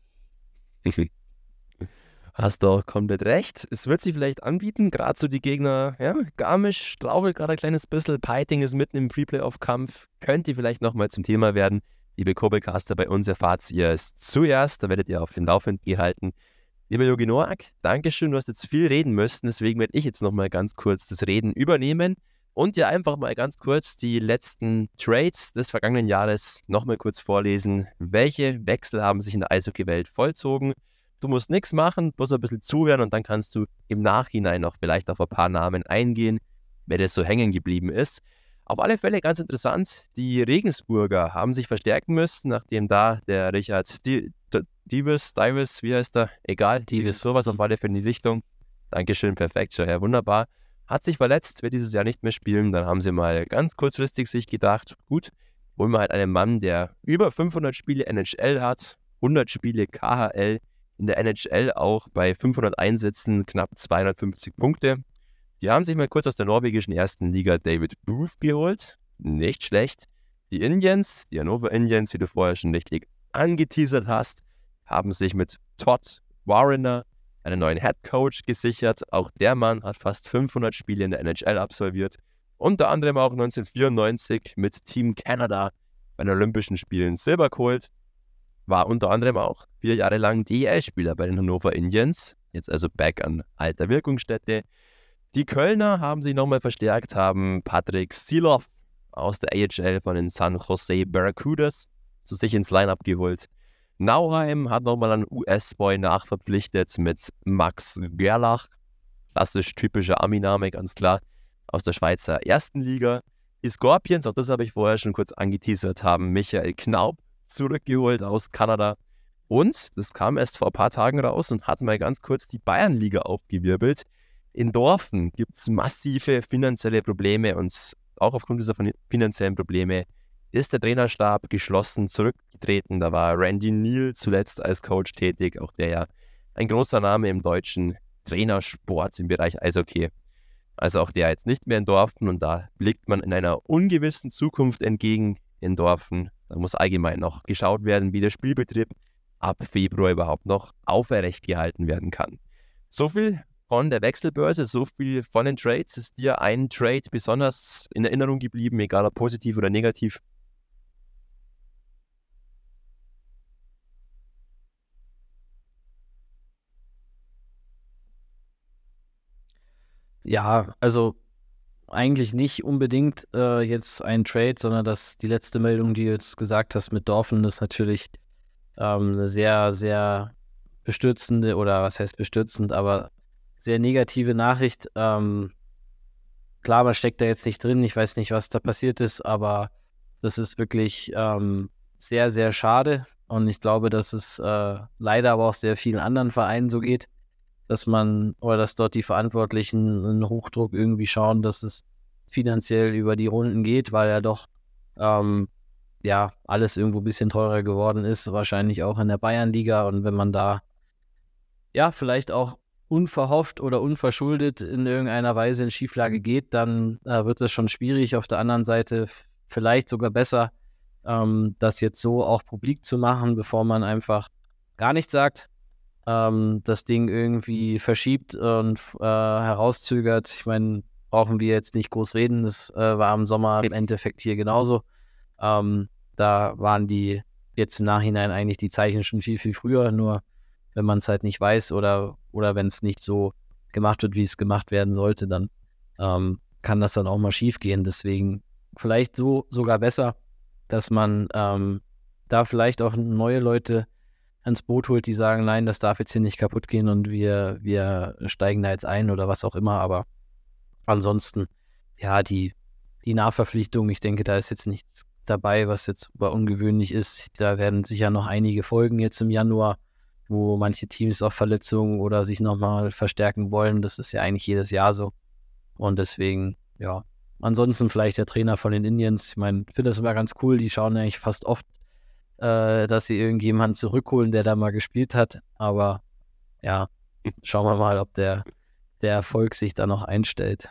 Hast doch komplett recht. Es wird sich vielleicht anbieten, gerade so die Gegner, ja, Garmisch strauchelt gerade ein kleines bisschen, Piting ist mitten im Pre-Playoff-Kampf, könnte vielleicht nochmal zum Thema werden. Liebe Korbelcaster, bei uns erfahrt ihr es zuerst, da werdet ihr auf dem Laufenden gehalten. Lieber Jogi Noack, Dankeschön, du hast jetzt viel reden müssen, deswegen werde ich jetzt nochmal ganz kurz das Reden übernehmen und dir einfach mal ganz kurz die letzten Trades des vergangenen Jahres nochmal kurz vorlesen. Welche Wechsel haben sich in der Eishockey-Welt vollzogen? Du musst nichts machen, bloß ein bisschen zuhören und dann kannst du im Nachhinein noch vielleicht auf ein paar Namen eingehen, wer das so hängen geblieben ist. Auf alle Fälle ganz interessant, die Regensburger haben sich verstärken müssen, nachdem da der Richard Di- D- Divis, Divis, wie heißt er? Egal, Divis, sowas auf alle Fälle in die Richtung. Dankeschön, perfekt, schon ja, wunderbar. Hat sich verletzt, wird dieses Jahr nicht mehr spielen. Dann haben sie mal ganz kurzfristig sich gedacht, gut, holen wir halt einen Mann, der über fünfhundert Spiele N H L hat, hundert Spiele K H L, in der N H L auch bei fünfhundert Einsätzen knapp zweihundertfünfzig Punkte. Die haben sich mal kurz aus der norwegischen ersten Liga David Booth geholt. Nicht schlecht. Die Indians, die Hannover Indians, wie du vorher schon richtig angeteasert hast, haben sich mit Todd Warrener einen neuen Headcoach gesichert. Auch der Mann hat fast fünfhundert Spiele in der N H L absolviert. Unter anderem auch neunzehnhundertvierundneunzig mit Team Canada bei den Olympischen Spielen Silber geholt. War unter anderem auch vier Jahre lang D E L-Spieler bei den Hannover Indians. Jetzt also back an alter Wirkungsstätte. Die Kölner haben sich nochmal verstärkt, haben Patrick Silov aus der A H L von den San Jose Barracudas zu sich ins Line-Up geholt. Nauheim hat nochmal einen U S-Boy nachverpflichtet mit Max Gerlach. Klassisch typischer Ami-Name, ganz klar, aus der Schweizer ersten Liga. Die Scorpions, auch das habe ich vorher schon kurz angeteasert, haben Michael Knaub zurückgeholt aus Kanada. Und das kam erst vor ein paar Tagen raus und hat mal ganz kurz die Bayernliga aufgewirbelt. In Dorfen gibt es massive finanzielle Probleme und auch aufgrund dieser finanziellen Probleme ist der Trainerstab geschlossen zurückgetreten. Da war Randy Neal zuletzt als Coach tätig, auch der ja ein großer Name im deutschen Trainersport im Bereich Eishockey. Also auch der jetzt nicht mehr in Dorfen und da blickt man in einer ungewissen Zukunft entgegen in Dorfen. Da muss allgemein noch geschaut werden, wie der Spielbetrieb ab Februar überhaupt noch aufrecht gehalten werden kann. So viel von der Wechselbörse, so viel von den Trades. Ist dir ein Trade besonders in Erinnerung geblieben, egal ob positiv oder negativ? Ja, also eigentlich nicht unbedingt äh, jetzt ein Trade, sondern dass die letzte Meldung, die du jetzt gesagt hast mit Dorfen, ist natürlich ähm, eine sehr, sehr bestürzende oder was heißt bestürzend, aber sehr negative Nachricht. Ähm, klar, man steckt da jetzt nicht drin, ich weiß nicht, was da passiert ist, aber das ist wirklich ähm, sehr, sehr schade und ich glaube, dass es äh, leider aber auch sehr vielen anderen Vereinen so geht, dass man oder dass dort die Verantwortlichen einen Hochdruck irgendwie schauen, dass es finanziell über die Runden geht, weil ja doch ähm, ja alles irgendwo ein bisschen teurer geworden ist, wahrscheinlich auch in der Bayernliga und wenn man da ja vielleicht auch unverhofft oder unverschuldet in irgendeiner Weise in Schieflage geht, dann äh, wird es schon schwierig. Auf der anderen Seite f- vielleicht sogar besser, ähm, das jetzt so auch publik zu machen, bevor man einfach gar nichts sagt, ähm, das Ding irgendwie verschiebt und äh, herauszögert. Ich meine, brauchen wir jetzt nicht groß reden, das äh, war im Sommer im Endeffekt hier genauso. Ähm, da waren die jetzt im Nachhinein eigentlich die Zeichen schon viel, viel früher, nur wenn man es halt nicht weiß oder, oder wenn es nicht so gemacht wird, wie es gemacht werden sollte, dann ähm, kann das dann auch mal schief gehen. Deswegen vielleicht so sogar besser, dass man ähm, da vielleicht auch neue Leute ans Boot holt, die sagen, nein, das darf jetzt hier nicht kaputt gehen und wir, wir steigen da jetzt ein oder was auch immer. Aber ansonsten, ja, die, die Nachverpflichtung, ich denke, da ist jetzt nichts dabei, was jetzt super ungewöhnlich ist. Da werden sicher noch einige folgen jetzt im Januar, wo manche Teams auf Verletzungen oder sich nochmal verstärken wollen. Das ist ja eigentlich jedes Jahr so. Und deswegen, ja, ansonsten vielleicht der Trainer von den Indians. Ich meine, ich finde das immer ganz cool. Die schauen eigentlich fast oft, äh, dass sie irgendjemanden zurückholen, der da mal gespielt hat. Aber ja, schauen wir mal, ob der, der Erfolg sich da noch einstellt.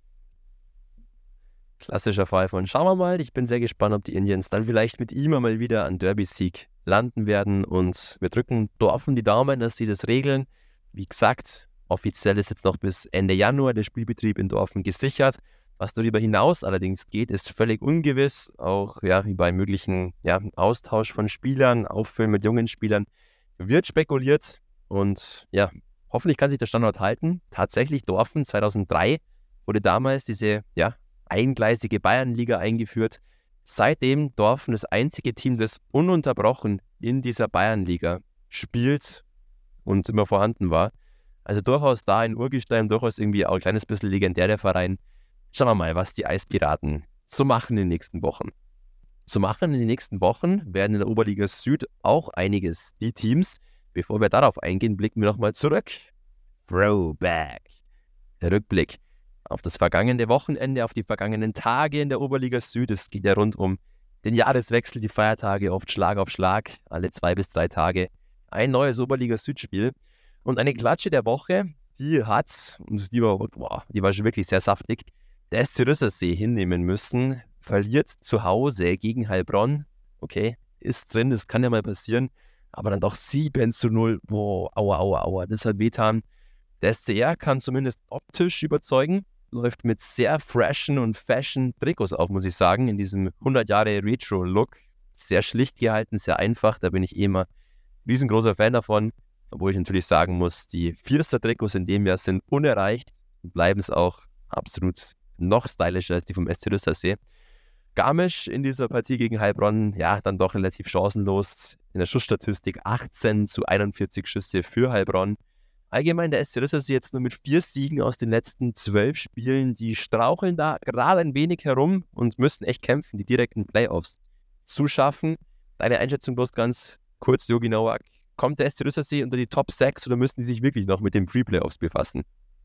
Klassischer Fall von schauen wir mal. Ich bin sehr gespannt, ob die Indians dann vielleicht mit ihm einmal wieder an Derby-Sieg landen werden. Und wir drücken Dorfen die Daumen, dass sie das regeln. Wie gesagt, offiziell ist jetzt noch bis Ende Januar der Spielbetrieb in Dorfen gesichert. Was darüber hinaus allerdings geht, ist völlig ungewiss. Auch ja, wie bei möglichen ja, Austausch von Spielern, Auffüllen mit jungen Spielern, wird spekuliert. Und ja, hoffentlich kann sich der Standort halten. Tatsächlich Dorfen zweitausenddrei wurde damals diese ja, eingleisige Bayernliga eingeführt. Seitdem Dorfen das einzige Team, das ununterbrochen in dieser Bayernliga spielt und immer vorhanden war. Also durchaus da ein Urgestein, durchaus irgendwie auch ein kleines bisschen legendär der Verein. Schauen wir mal, was die Eispiraten so machen in den nächsten Wochen. So machen in den nächsten Wochen werden in der Oberliga Süd auch einiges. Die Teams, bevor wir darauf eingehen, blicken wir nochmal zurück. Throwback. Der Rückblick auf das vergangene Wochenende, auf die vergangenen Tage in der Oberliga Süd. Es geht ja rund um den Jahreswechsel, die Feiertage, oft Schlag auf Schlag, alle zwei bis drei Tage ein neues Oberliga Süd-Spiel. Und eine Klatsche der Woche, die hat's, und die war, boah, die war schon wirklich sehr saftig, der S C Rüssersee hinnehmen müssen, verliert zu Hause gegen Heilbronn. Okay, ist drin, das kann ja mal passieren, aber dann doch sieben zu null. Boah, aua, aua, aua, das hat wehtan. Der S C R kann zumindest optisch überzeugen, läuft mit sehr freshen und fashion Trikots auf, muss ich sagen, in diesem hundert Jahre Retro-Look. Sehr schlicht gehalten, sehr einfach, da bin ich eh immer riesengroßer Fan davon. Obwohl ich natürlich sagen muss, die Vierster-Trikots in dem Jahr sind unerreicht und bleiben es auch absolut noch stylischer als die vom S C Rüssersee. Garmisch in dieser Partie gegen Heilbronn, ja, dann doch relativ chancenlos. In der Schussstatistik achtzehn zu einundvierzig Schüsse für Heilbronn. Allgemein der S C Rüssersee jetzt nur mit vier Siegen aus den letzten zwölf Spielen. Die straucheln da gerade ein wenig herum und müssen echt kämpfen, die direkten Playoffs zu schaffen. Deine Einschätzung bloß ganz kurz, Jogi Nowak. Kommt der S C Rüssersee unter die Top sechs oder müssen die sich wirklich noch mit den Pre-Playoffs befassen?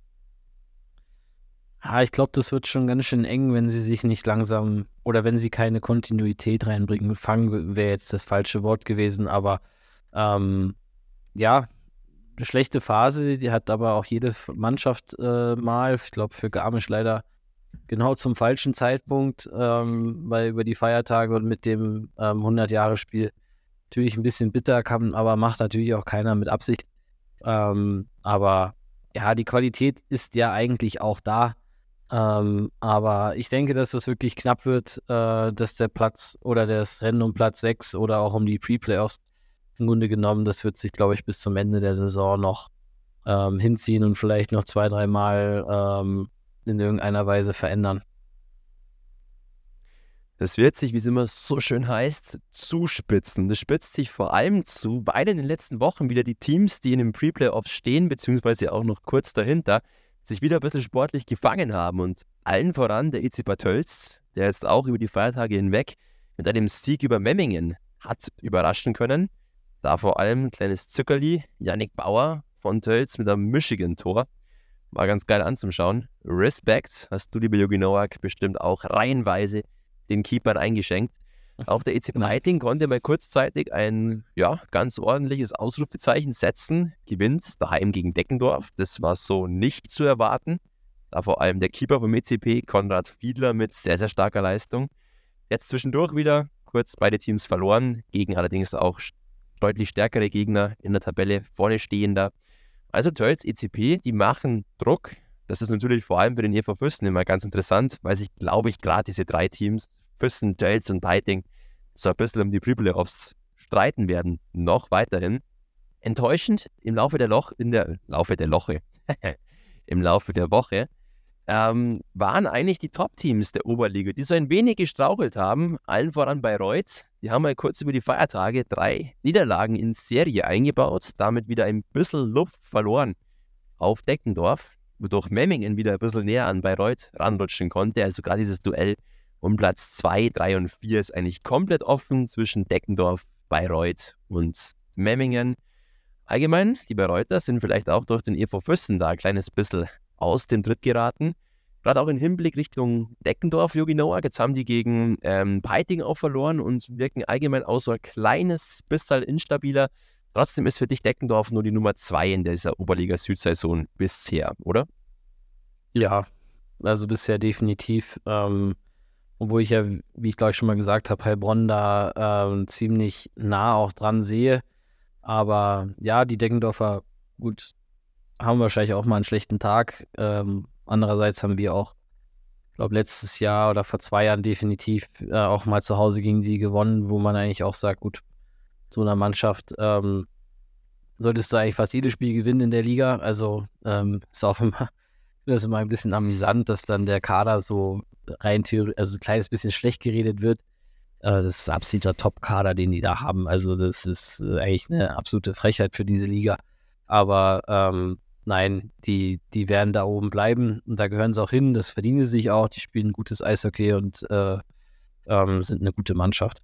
Ja, ich glaube, das wird schon ganz schön eng, wenn sie sich nicht langsam oder wenn sie keine Kontinuität reinbringen. Fangen wäre jetzt das falsche Wort gewesen, aber ähm, ja, eine schlechte Phase, die hat aber auch jede Mannschaft äh, mal. Ich glaube, für Garmisch leider genau zum falschen Zeitpunkt, ähm, weil über die Feiertage und mit dem ähm, hundert-Jahre-Spiel natürlich ein bisschen bitter, kann, aber macht natürlich auch keiner mit Absicht. Ähm, aber ja, die Qualität ist ja eigentlich auch da. Ähm, aber ich denke, dass das wirklich knapp wird, äh, dass der Platz oder das Rennen um Platz sechs oder auch um die Pre-Playoffs im Grunde genommen, das wird sich, glaube ich, bis zum Ende der Saison noch ähm, hinziehen und vielleicht noch zwei, dreimal ähm, in irgendeiner Weise verändern. Das wird sich, wie es immer so schön heißt, zuspitzen. Das spitzt sich vor allem zu, weil in den letzten Wochen wieder die Teams, die in den Pre-Playoffs stehen, beziehungsweise auch noch kurz dahinter, sich wieder ein bisschen sportlich gefangen haben. Und allen voran der E C Bad Tölz, der jetzt auch über die Feiertage hinweg mit einem Sieg über Memmingen hat überraschen können. Da vor allem ein kleines Zückerli, Yannick Bauer von Tölz mit einem Michigan-Tor. War ganz geil anzuschauen. Respekt, hast du, lieber Jogi Nowak, bestimmt auch reihenweise den Keepern eingeschenkt. Auch der E C Peiting konnte mal kurzzeitig ein ja, ganz ordentliches Ausrufezeichen setzen. Gewinnt daheim gegen Deckendorf. Das war so nicht zu erwarten. Da vor allem der Keeper vom E C P, Konrad Fiedler, mit sehr, sehr starker Leistung. Jetzt zwischendurch wieder kurz beide Teams verloren, gegen allerdings auch deutlich stärkere Gegner in der Tabelle, vorne stehender. Also Tölz, E C P, die machen Druck. Das ist natürlich vor allem für den E V Füssen immer ganz interessant, weil sich, glaube ich, gerade diese drei Teams, Füssen, Tölz und Peiting, so ein bisschen um die Pre-Playoffs streiten werden, noch weiterhin. Enttäuschend im Laufe der Loch, in der Laufe der Loche, im Laufe der Woche, ähm, waren eigentlich die Top-Teams der Oberliga, die so ein wenig gestrauchelt haben, allen voran Bayreuth. Die haben mal kurz über die Feiertage drei Niederlagen in Serie eingebaut, damit wieder ein bisschen Luft verloren auf Deckendorf. wodurch Memmingen wieder ein bisschen näher an Bayreuth ranrutschen konnte. Also gerade dieses Duell um Platz zwei, drei und vier ist eigentlich komplett offen zwischen Deckendorf, Bayreuth und Memmingen. Allgemein, die Bayreuther sind vielleicht auch durch den E V Füssen da ein kleines bisschen aus dem Tritt geraten. Gerade auch im Hinblick Richtung Deckendorf, Jogi Noah. Jetzt haben die gegen ähm, Peiting auch verloren und wirken allgemein auch so ein kleines bisschen instabiler. Trotzdem ist für dich Deckendorf nur die Nummer zwei in dieser Oberliga-Süd-Saison bisher, oder? Ja, also bisher definitiv. Ähm, obwohl ich ja, wie ich glaube ich schon mal gesagt habe, Heilbronn da ähm, ziemlich nah auch dran sehe. Aber ja, die Deckendorfer, gut, haben wahrscheinlich auch mal einen schlechten Tag. Ähm, andererseits haben wir auch, ich glaube, letztes Jahr oder vor zwei Jahren definitiv äh, auch mal zu Hause gegen sie gewonnen, wo man eigentlich auch sagt, gut, so einer Mannschaft ähm, solltest du eigentlich fast jedes Spiel gewinnen in der Liga. Also ähm, ist auch immer, das ist immer ein bisschen amüsant, dass dann der Kader so rein theoretisch, also ein kleines bisschen schlecht geredet wird. Äh, das ist ein absoluter Top-Kader, den die da haben. Also das ist äh, eigentlich eine absolute Frechheit für diese Liga. Aber ähm, nein, die, die werden da oben bleiben und da gehören sie auch hin. Das verdienen sie sich auch. Die spielen gutes Eishockey und äh, ähm, sind eine gute Mannschaft.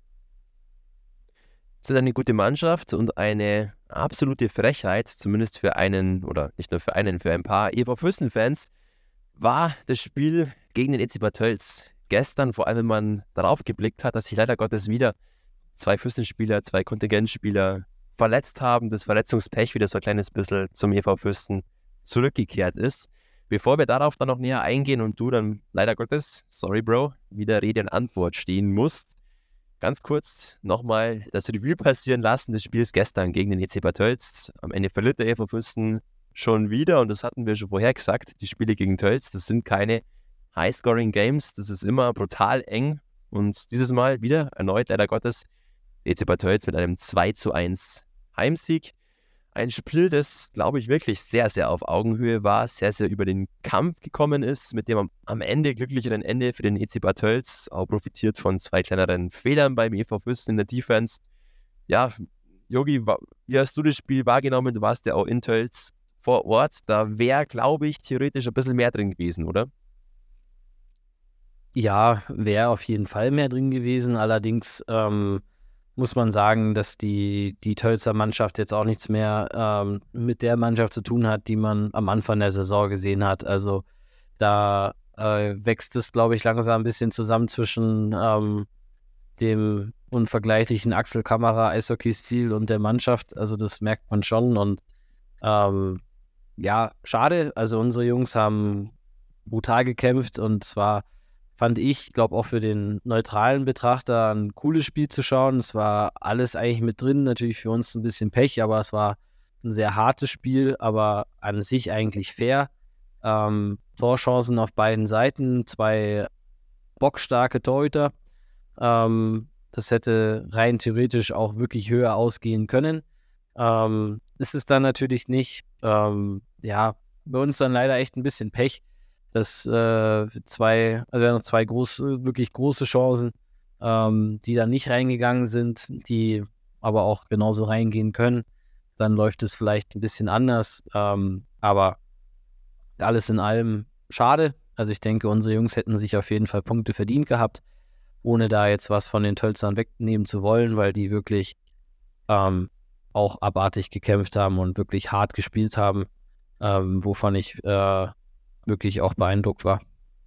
Sind eine gute Mannschaft und eine absolute Frechheit, zumindest für einen, oder nicht nur für einen, für ein paar E V Füssen-Fans, war das Spiel gegen den E C Bad Tölz. Gestern, vor allem wenn man darauf geblickt hat, dass sich leider Gottes wieder zwei Füssen-Spieler, zwei Kontingentspieler verletzt haben, das Verletzungspech wieder so ein kleines bisschen zum E V Füssen zurückgekehrt ist. Bevor wir darauf dann noch näher eingehen und du dann leider Gottes, sorry Bro, wieder Rede und Antwort stehen musst, ganz kurz nochmal das Revue passieren lassen des Spiels gestern gegen den E C Bad Tölz. Am Ende verliert der E V Füssen schon wieder und das hatten wir schon vorher gesagt, die Spiele gegen Tölz, das sind keine High-Scoring-Games, das ist immer brutal eng und dieses Mal wieder erneut leider Gottes E C Bad Tölz mit einem zwei zu eins Heimsieg. Ein Spiel, das, glaube ich, wirklich sehr, sehr auf Augenhöhe war, sehr, sehr über den Kampf gekommen ist, mit dem am, am Ende, glücklicheren Ende für den E C Bad Tölz, auch profitiert von zwei kleineren Fehlern beim E V Füssen in der Defense. Ja, Jogi, wie hast du das Spiel wahrgenommen? Du warst ja auch in Tölz vor Ort. Da wäre, glaube ich, theoretisch ein bisschen mehr drin gewesen, oder? Ja, wäre auf jeden Fall mehr drin gewesen. Allerdings ähm, muss man sagen, dass die, die Tölzer Mannschaft jetzt auch nichts mehr ähm, mit der Mannschaft zu tun hat, die man am Anfang der Saison gesehen hat. Also da äh, wächst es, glaube ich, langsam ein bisschen zusammen zwischen ähm, dem unvergleichlichen Axel Kammerer Eishockey-Stil und der Mannschaft. Also das merkt man schon und ähm, ja, schade. Also unsere Jungs haben brutal gekämpft und zwar fand ich, glaube auch für den neutralen Betrachter ein cooles Spiel zu schauen. Es war alles eigentlich mit drin, natürlich für uns ein bisschen Pech, aber es war ein sehr hartes Spiel, aber an sich eigentlich fair. Ähm, Torchancen auf beiden Seiten, zwei bockstarke Torhüter. Ähm, das hätte rein theoretisch auch wirklich höher ausgehen können. Ähm, ist es dann natürlich nicht. Ähm, ja, bei uns dann leider echt ein bisschen Pech. Das äh, zwei, also noch zwei große, wirklich große Chancen, ähm, die dann nicht reingegangen sind, die aber auch genauso reingehen können. Dann läuft es vielleicht ein bisschen anders. Ähm, aber alles in allem schade. Also ich denke, unsere Jungs hätten sich auf jeden Fall Punkte verdient gehabt, ohne da jetzt was von den Tölzern wegnehmen zu wollen, weil die wirklich ähm, auch abartig gekämpft haben und wirklich hart gespielt haben, ähm, wovon ich äh, wirklich auch beeindruckt war.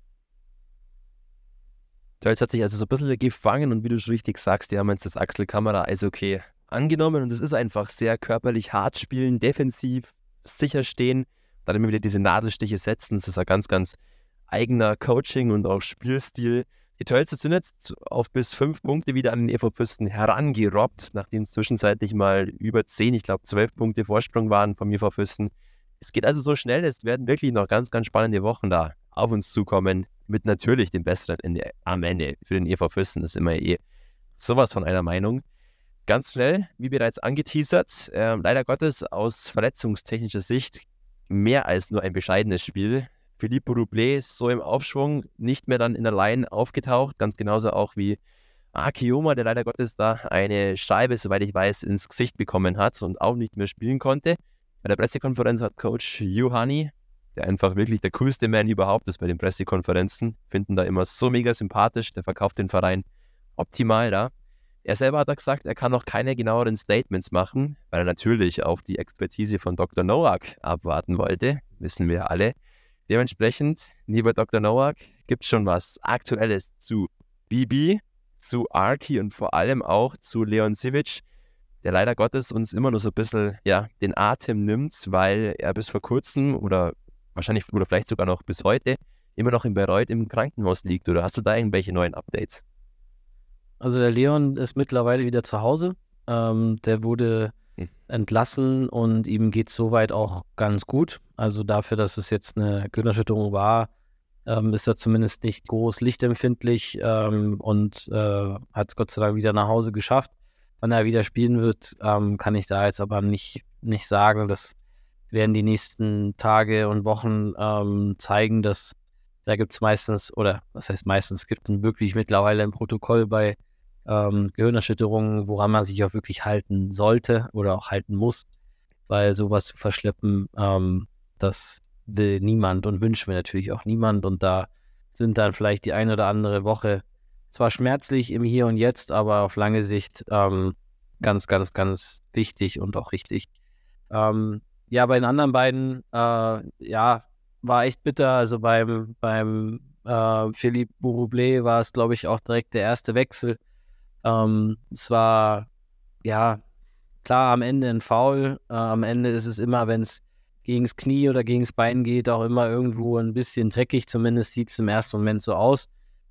Tölz hat sich also so ein bisschen gefangen und wie du schon richtig sagst, die haben jetzt das Axel Kammerer Eishockey angenommen und es ist einfach sehr körperlich hart spielen, defensiv sicher stehen, dann immer wieder diese Nadelstiche setzen. Das ist ein ganz, ganz eigener Coaching und auch Spielstil. Die Tölzer sind jetzt auf bis fünf Punkte wieder an den E V Füssen herangerobbt, nachdem es zwischenzeitlich mal über zehn, ich glaube zwölf Punkte Vorsprung waren vom E V Füssen. Es geht also so schnell, es werden wirklich noch ganz, ganz spannende Wochen da auf uns zukommen, mit natürlich dem besseren Ende am Ende für den E V Füssen. Das ist immer eh sowas von einer Meinung. Ganz schnell, wie bereits angeteasert, äh, leider Gottes aus verletzungstechnischer Sicht mehr als nur ein bescheidenes Spiel. Philippe Roublé ist so im Aufschwung, nicht mehr dann in der Line aufgetaucht, ganz genauso auch wie Akioma, der leider Gottes da eine Scheibe, soweit ich weiß, ins Gesicht bekommen hat und auch nicht mehr spielen konnte. Bei der Pressekonferenz hat Coach Juhani der einfach wirklich der coolste Man überhaupt ist bei den Pressekonferenzen. Finden da immer so mega sympathisch, der verkauft den Verein optimal da. Er selber hat gesagt, er kann noch keine genaueren Statements machen, weil er natürlich auf die Expertise von Doktor Nowak abwarten wollte, wissen wir alle. Dementsprechend, lieber Doktor Nowak, gibt es schon was Aktuelles zu B B, zu Arki und vor allem auch zu Leon Sivic, der leider Gottes uns immer nur so ein bisschen ja, den Atem nimmt, weil er bis vor kurzem oder wahrscheinlich oder vielleicht sogar noch bis heute immer noch in Bayreuth im Krankenhaus liegt. Oder hast du da irgendwelche neuen Updates? Also der Leon ist mittlerweile wieder zu Hause. Ähm, der wurde hm. entlassen und ihm geht es soweit auch ganz gut. Also dafür, dass es jetzt eine Gehirnerschütterung war, ähm, ist er zumindest nicht groß lichtempfindlich ähm, und äh, hat es Gott sei Dank wieder nach Hause geschafft. Wann er wieder spielen wird, ähm, kann ich da jetzt aber nicht, nicht sagen. Das werden die nächsten Tage und Wochen ähm, zeigen, dass da gibt es meistens, oder was heißt meistens, es gibt ein wirklich mittlerweile ein Protokoll bei ähm, Gehirnerschütterungen, woran man sich auch wirklich halten sollte oder auch halten muss, weil sowas zu verschleppen, ähm, das will niemand und wünschen wir natürlich auch niemand. Und da sind dann vielleicht die eine oder andere Woche zwar schmerzlich im Hier und Jetzt, aber auf lange Sicht ähm, ganz, ganz, ganz wichtig und auch richtig. Ähm, ja, bei den anderen beiden, äh, ja, war echt bitter. Also beim, beim äh, Philippe Bourroublé war es, glaube ich, auch direkt der erste Wechsel. Ähm, es war, ja, klar, am Ende ein Foul. Äh, am Ende ist es immer, wenn es gegen das Knie oder gegen das Bein geht, auch immer irgendwo ein bisschen dreckig. Zumindest sieht es im ersten Moment so aus.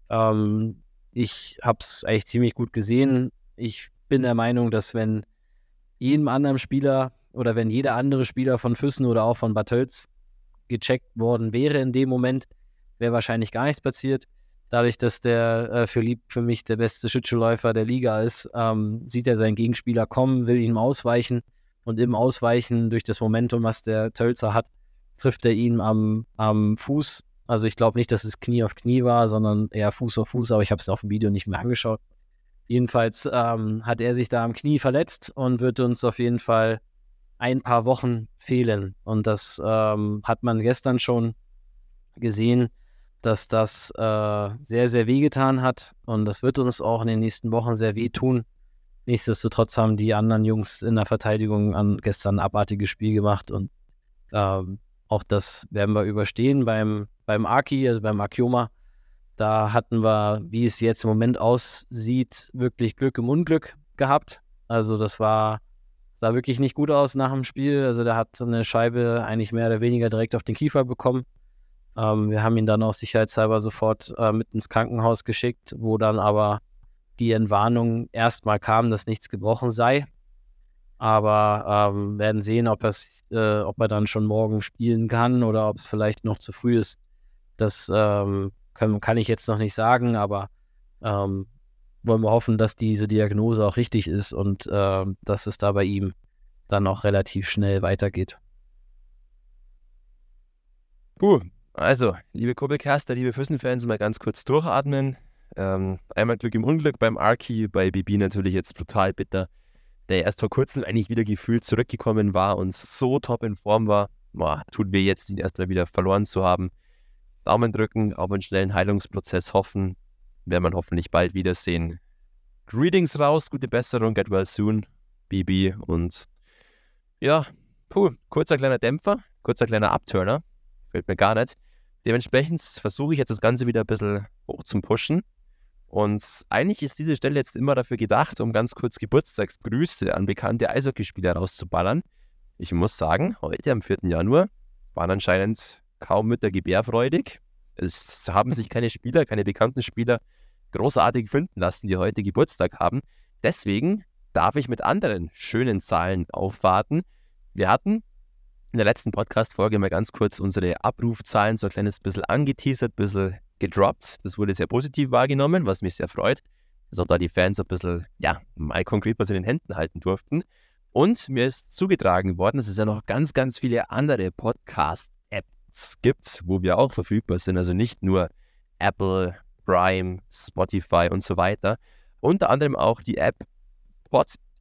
Ähm, ich habe es eigentlich ziemlich gut gesehen. Ich bin der Meinung, dass wenn jedem anderen Spieler oder wenn jeder andere Spieler von Füssen oder auch von Bad Tölz gecheckt worden wäre in dem Moment, wäre wahrscheinlich gar nichts passiert. Dadurch, dass der äh, Philippe für mich der beste Schlittschuhläufer der Liga ist, ähm, sieht er seinen Gegenspieler kommen, will ihm ausweichen und im Ausweichen durch das Momentum, was der Tölzer hat, trifft er ihn am, am Fuß. Also ich glaube nicht, dass es Knie auf Knie war, sondern eher Fuß auf Fuß, aber ich habe es auf dem Video nicht mehr angeschaut. Jedenfalls ähm, hat er sich da am Knie verletzt und wird uns auf jeden Fall ein paar Wochen fehlen. Und das ähm, hat man gestern schon gesehen, dass das äh, sehr, sehr wehgetan hat. Und das wird uns auch in den nächsten Wochen sehr wehtun. Nichtsdestotrotz haben die anderen Jungs in der Verteidigung an gestern ein abartiges Spiel gemacht. Und ähm, auch das werden wir überstehen. Beim, beim Aki, also beim Akioma, da hatten wir, wie es jetzt im Moment aussieht, wirklich Glück im Unglück gehabt. Also das war sah wirklich nicht gut aus nach dem Spiel. Also der hat so eine Scheibe eigentlich mehr oder weniger direkt auf den Kiefer bekommen. Ähm, wir haben ihn dann auch sicherheitshalber sofort äh, mit ins Krankenhaus geschickt, wo dann aber die Entwarnung erstmal kam, dass nichts gebrochen sei. Aber ähm, werden sehen, ob, äh, ob er dann schon morgen spielen kann oder ob es vielleicht noch zu früh ist. Das ähm, kann, kann ich jetzt noch nicht sagen, aber ähm, wollen wir hoffen, dass diese Diagnose auch richtig ist und äh, dass es da bei ihm dann auch relativ schnell weitergeht. Puh, also, liebe Kurbelcaster, liebe Füssen-Fans, mal ganz kurz durchatmen. Ähm, einmal Glück im Unglück beim Arki, bei B B natürlich jetzt brutal bitter, der erst vor kurzem eigentlich wieder gefühlt zurückgekommen war und so top in Form war. Boah, tut weh jetzt, ihn erst mal wieder verloren zu haben. Daumen drücken, auf einen schnellen Heilungsprozess hoffen. Werden wir hoffentlich bald wiedersehen. Greetings raus, gute Besserung, get well soon, B B. Und ja, puh, kurzer kleiner Dämpfer, kurzer kleiner Upturner, fällt mir gar nicht. Dementsprechend versuche ich jetzt das Ganze wieder ein bisschen hoch zum Pushen. Und eigentlich ist diese Stelle jetzt immer dafür gedacht, um ganz kurz Geburtstagsgrüße an bekannte Eishockeyspieler rauszuballern. Ich muss sagen, heute am vierten Januar waren anscheinend kaum Mütter gebärfreudig. Es haben sich keine Spieler, keine bekannten Spieler großartig finden lassen, die heute Geburtstag haben. Deswegen darf ich mit anderen schönen Zahlen aufwarten. Wir hatten in der letzten Podcast-Folge mal ganz kurz unsere Abrufzahlen so ein kleines bisschen angeteasert, ein bisschen gedroppt. Das wurde sehr positiv wahrgenommen, was mich sehr freut. Dass auch da die Fans ein bisschen, ja, mal konkret was in den Händen halten durften. Und mir ist zugetragen worden, dass es ja noch ganz, ganz viele andere Podcast-Apps gibt, wo wir auch verfügbar sind. Also nicht nur Apple, Prime, Spotify und so weiter. Unter anderem auch die App Pod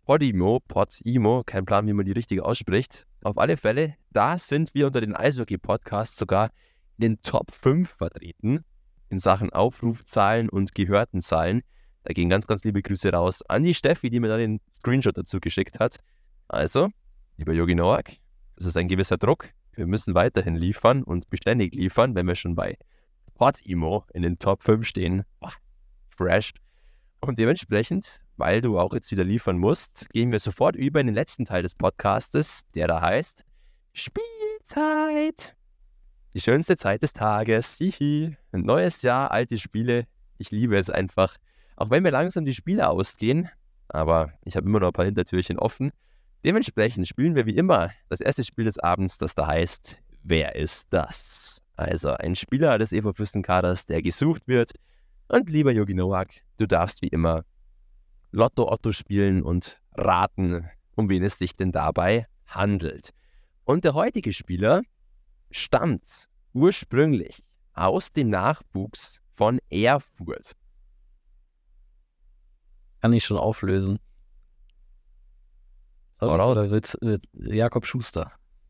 Podimo, Podimo, kein Plan, wie man die richtig ausspricht. Auf alle Fälle, da sind wir unter den Eishockey-Podcasts sogar in den Top fünf vertreten in Sachen Aufrufzahlen und gehörten Zahlen. Da gehen ganz, ganz liebe Grüße raus an die Steffi, die mir da den Screenshot dazu geschickt hat. Also, lieber Jogi Noack, das ist ein gewisser Druck. Wir müssen weiterhin liefern und beständig liefern, wenn wir schon bei Podimo in den Top fünf stehen. Boah, fresh. Und dementsprechend, weil du auch jetzt wieder liefern musst, gehen wir sofort über in den letzten Teil des Podcastes, der da heißt Spielzeit. Die schönste Zeit des Tages. Hihi. Ein neues Jahr, alte Spiele. Ich liebe es einfach. Auch wenn mir langsam die Spiele ausgehen, aber ich habe immer noch ein paar Hintertürchen offen. Dementsprechend spielen wir wie immer das erste Spiel des Abends, das da heißt, wer ist das? Also ein Spieler des E V Füssen-Kaders, der gesucht wird. Und lieber Jogi Noack, du darfst wie immer Lotto Otto spielen und raten, um wen es sich denn dabei handelt. Und der heutige Spieler stammt ursprünglich aus dem Nachwuchs von Erfurt. Kann ich schon auflösen. Soll ich, oder wird, wird Jakob Schuster?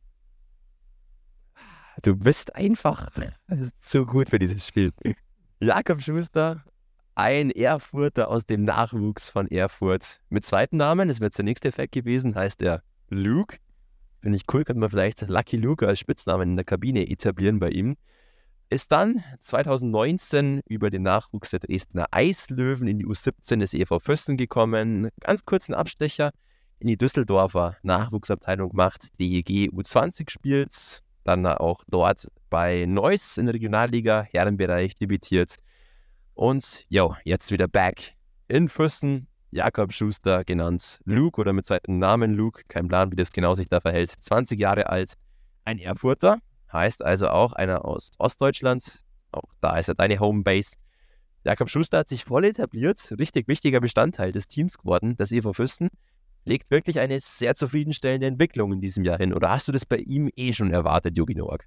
Du bist einfach zu gut für dieses Spiel. Jakob Schuster, ein Erfurter aus dem Nachwuchs von Erfurt. Mit zweiten Namen, das wäre jetzt der nächste Effekt gewesen, heißt er Luke. Finde ich cool, könnte man vielleicht Lucky Luke als Spitznamen in der Kabine etablieren bei ihm. Ist dann zwanzig neunzehn über den Nachwuchs der Dresdner Eislöwen in die U siebzehn des E V Füssen gekommen. Ganz kurzen Abstecher in die Düsseldorfer Nachwuchsabteilung gemacht, D E G U zwanzig spielt. Dann auch dort bei Neuss in der Regionalliga, Herrenbereich debütiert. Und jo, jetzt wieder back in Füssen. Jakob Schuster, genannt Luke oder mit zweiten Namen Luke. Kein Plan, wie das genau sich da verhält. zwanzig Jahre alt, ein Erfurter. Heißt also auch einer aus Ostdeutschland. Auch da ist er deine Homebase. Jakob Schuster hat sich voll etabliert. Richtig wichtiger Bestandteil des Teams geworden, das E V Füssen. Legt wirklich eine sehr zufriedenstellende Entwicklung in diesem Jahr hin. Oder hast du das bei ihm eh schon erwartet, Jogi Noack?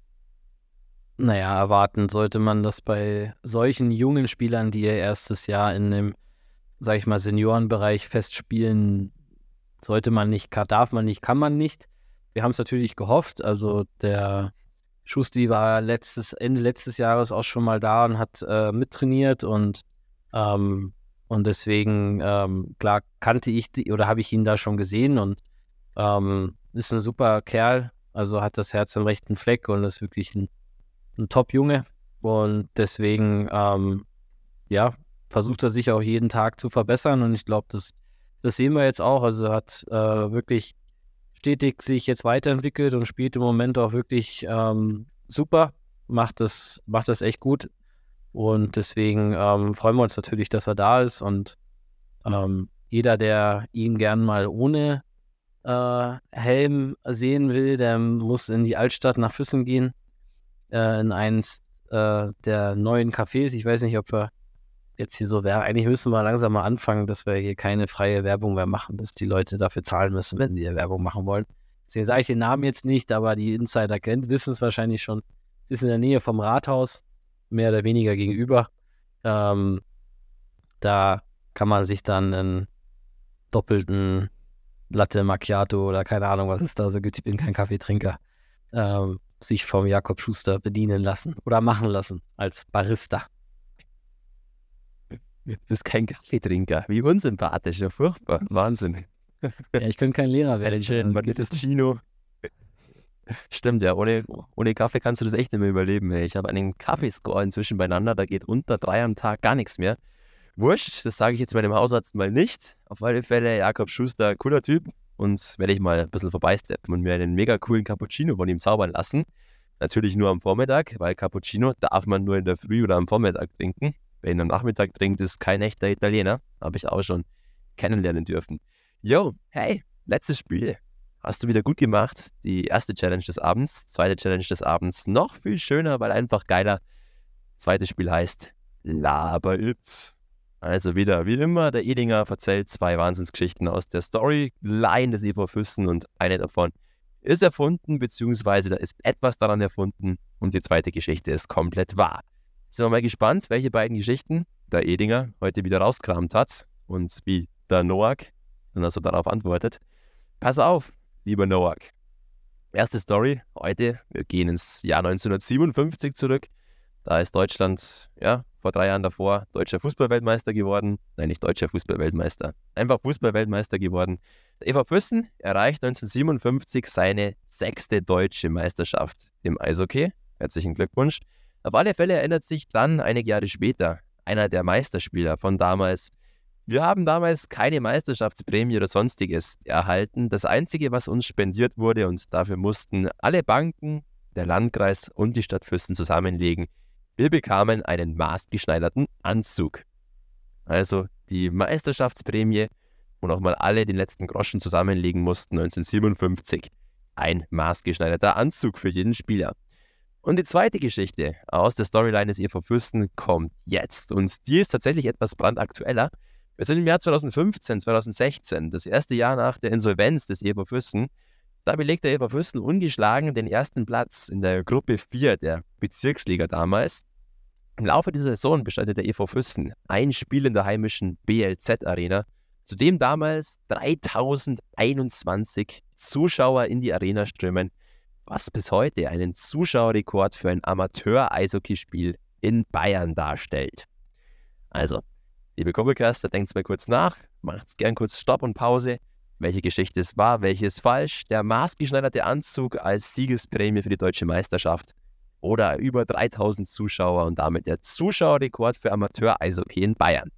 Naja, erwarten sollte man das bei solchen jungen Spielern, die ihr erstes Jahr in dem, sag ich mal, Seniorenbereich festspielen, sollte man nicht, darf man nicht, kann man nicht. Wir haben es natürlich gehofft. Also der Schusti war letztes, Ende letztes Jahres auch schon mal da und hat äh, mittrainiert und ähm, Und deswegen, ähm, klar, kannte ich die, oder habe ich ihn da schon gesehen und ähm, ist ein super Kerl, also hat das Herz am rechten Fleck und ist wirklich ein, ein Top-Junge. Und deswegen, ähm, ja, versucht er sich auch jeden Tag zu verbessern und ich glaube, das, das sehen wir jetzt auch. Also er hat äh, wirklich stetig sich jetzt weiterentwickelt und spielt im Moment auch wirklich ähm, super, macht das, macht das echt gut. Und deswegen ähm, freuen wir uns natürlich, dass er da ist. Und ähm, jeder, der ihn gern mal ohne äh, Helm sehen will, der muss in die Altstadt nach Füssen gehen, äh, in eins äh, der neuen Cafés. Ich weiß nicht, ob wir jetzt hier so wären. Eigentlich müssen wir langsam mal anfangen, dass wir hier keine freie Werbung mehr machen, dass die Leute dafür zahlen müssen, wenn sie hier Werbung machen wollen. Deswegen sage ich den Namen jetzt nicht, aber die Insider kennen, wissen es wahrscheinlich schon. Ist in der Nähe vom Rathaus, mehr oder weniger gegenüber. Ähm, da kann man sich dann einen doppelten Latte Macchiato oder keine Ahnung, was es da so gibt. Ich bin kein Kaffeetrinker. Ähm, sich vom Jakob Schuster bedienen lassen oder machen lassen als Barista. Du bist kein Kaffeetrinker. Wie unsympathisch, ja furchtbar. Wahnsinn. Ja, ich könnte kein Lehrer werden. Schön, man nennt das Chino. Stimmt, ja, ohne, ohne Kaffee kannst du das echt nicht mehr überleben. Ey. Ich habe einen Kaffeescore inzwischen beieinander, da geht unter drei am Tag gar nichts mehr. Wurscht, das sage ich jetzt meinem Hausarzt mal nicht. Auf alle Fälle, Jakob Schuster, cooler Typ. Und werde ich mal ein bisschen vorbeisteppen und mir einen mega coolen Cappuccino von ihm zaubern lassen. Natürlich nur am Vormittag, weil Cappuccino darf man nur in der Früh oder am Vormittag trinken. Wer ihn am Nachmittag trinkt, ist kein echter Italiener. Habe ich auch schon kennenlernen dürfen. Yo, hey, letztes Spiel. Hast du wieder gut gemacht. Die erste Challenge des Abends, zweite Challenge des Abends. Noch viel schöner, weil einfach geiler. Zweites Spiel heißt Laber It. Also wieder, wie immer, der Edinger erzählt zwei Wahnsinnsgeschichten aus der Storyline des E V Füssen und eine davon ist erfunden, beziehungsweise da ist etwas daran erfunden und die zweite Geschichte ist komplett wahr. Sind wir mal gespannt, welche beiden Geschichten der Edinger heute wieder rauskramt hat und wie der Noack wenn er so darauf antwortet. Pass auf, lieber Noack. Erste Story heute, wir gehen ins Jahr neunzehnhundertsiebenundfünfzig zurück. Da ist Deutschland, ja, vor drei Jahren davor deutscher Fußballweltmeister geworden. Nein, nicht deutscher Fußballweltmeister, einfach Fußballweltmeister geworden. Der E V Füssen erreicht neunzehnhundertsiebenundfünfzig seine sechste deutsche Meisterschaft im Eishockey. Herzlichen Glückwunsch. Auf alle Fälle erinnert sich dann einige Jahre später einer der Meisterspieler von damals: Wir haben damals keine Meisterschaftsprämie oder sonstiges erhalten. Das Einzige, was uns spendiert wurde, und dafür mussten alle Banken, der Landkreis und die Stadt Füssen zusammenlegen, wir bekamen einen maßgeschneiderten Anzug. Also die Meisterschaftsprämie, wo nochmal alle den letzten Groschen zusammenlegen mussten, neunzehnhundertsiebenundfünfzig. Ein maßgeschneiderter Anzug für jeden Spieler. Und die zweite Geschichte aus der Storyline des E V Füssen kommt jetzt. Und die ist tatsächlich etwas brandaktueller. Wir sind im Jahr zweitausendfünfzehn, zweitausendsechzehn, das erste Jahr nach der Insolvenz des E V Füssen. Da belegt der E V Füssen ungeschlagen den ersten Platz in der Gruppe vier der Bezirksliga damals. Im Laufe dieser Saison bestreitet der E V Füssen ein Spiel in der heimischen B L Z-Arena, zu dem damals dreitausendeinundzwanzig Zuschauer in die Arena strömen, was bis heute einen Zuschauerrekord für ein Amateur-Eishockeyspiel in Bayern darstellt. Also, liebe Cobblecaster, denkt mal kurz nach, macht gern kurz Stopp und Pause, welche Geschichte es war, welches falsch, der maßgeschneiderte Anzug als Siegesprämie für die deutsche Meisterschaft oder über dreitausend Zuschauer und damit der Zuschauerrekord für Amateur-Eishockey in Bayern.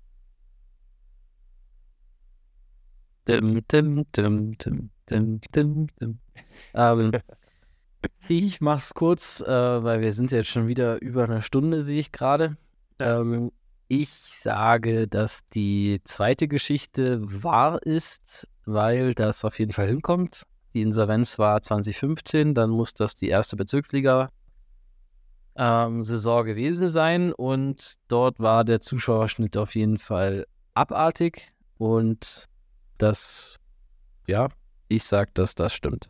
Dim, dim, dim, dim, dim, dim, dim. Ähm, ich mach's kurz, äh, weil wir sind jetzt schon wieder über eine Stunde, sehe ich gerade. Ähm, ich sage, dass die zweite Geschichte wahr ist, weil das auf jeden Fall hinkommt. Die Insolvenz war zweitausendfünfzehn, dann muss das die erste Bezirksliga ähm, Saison gewesen sein und dort war der Zuschauerschnitt auf jeden Fall abartig und das, ja, ich sag, dass das stimmt.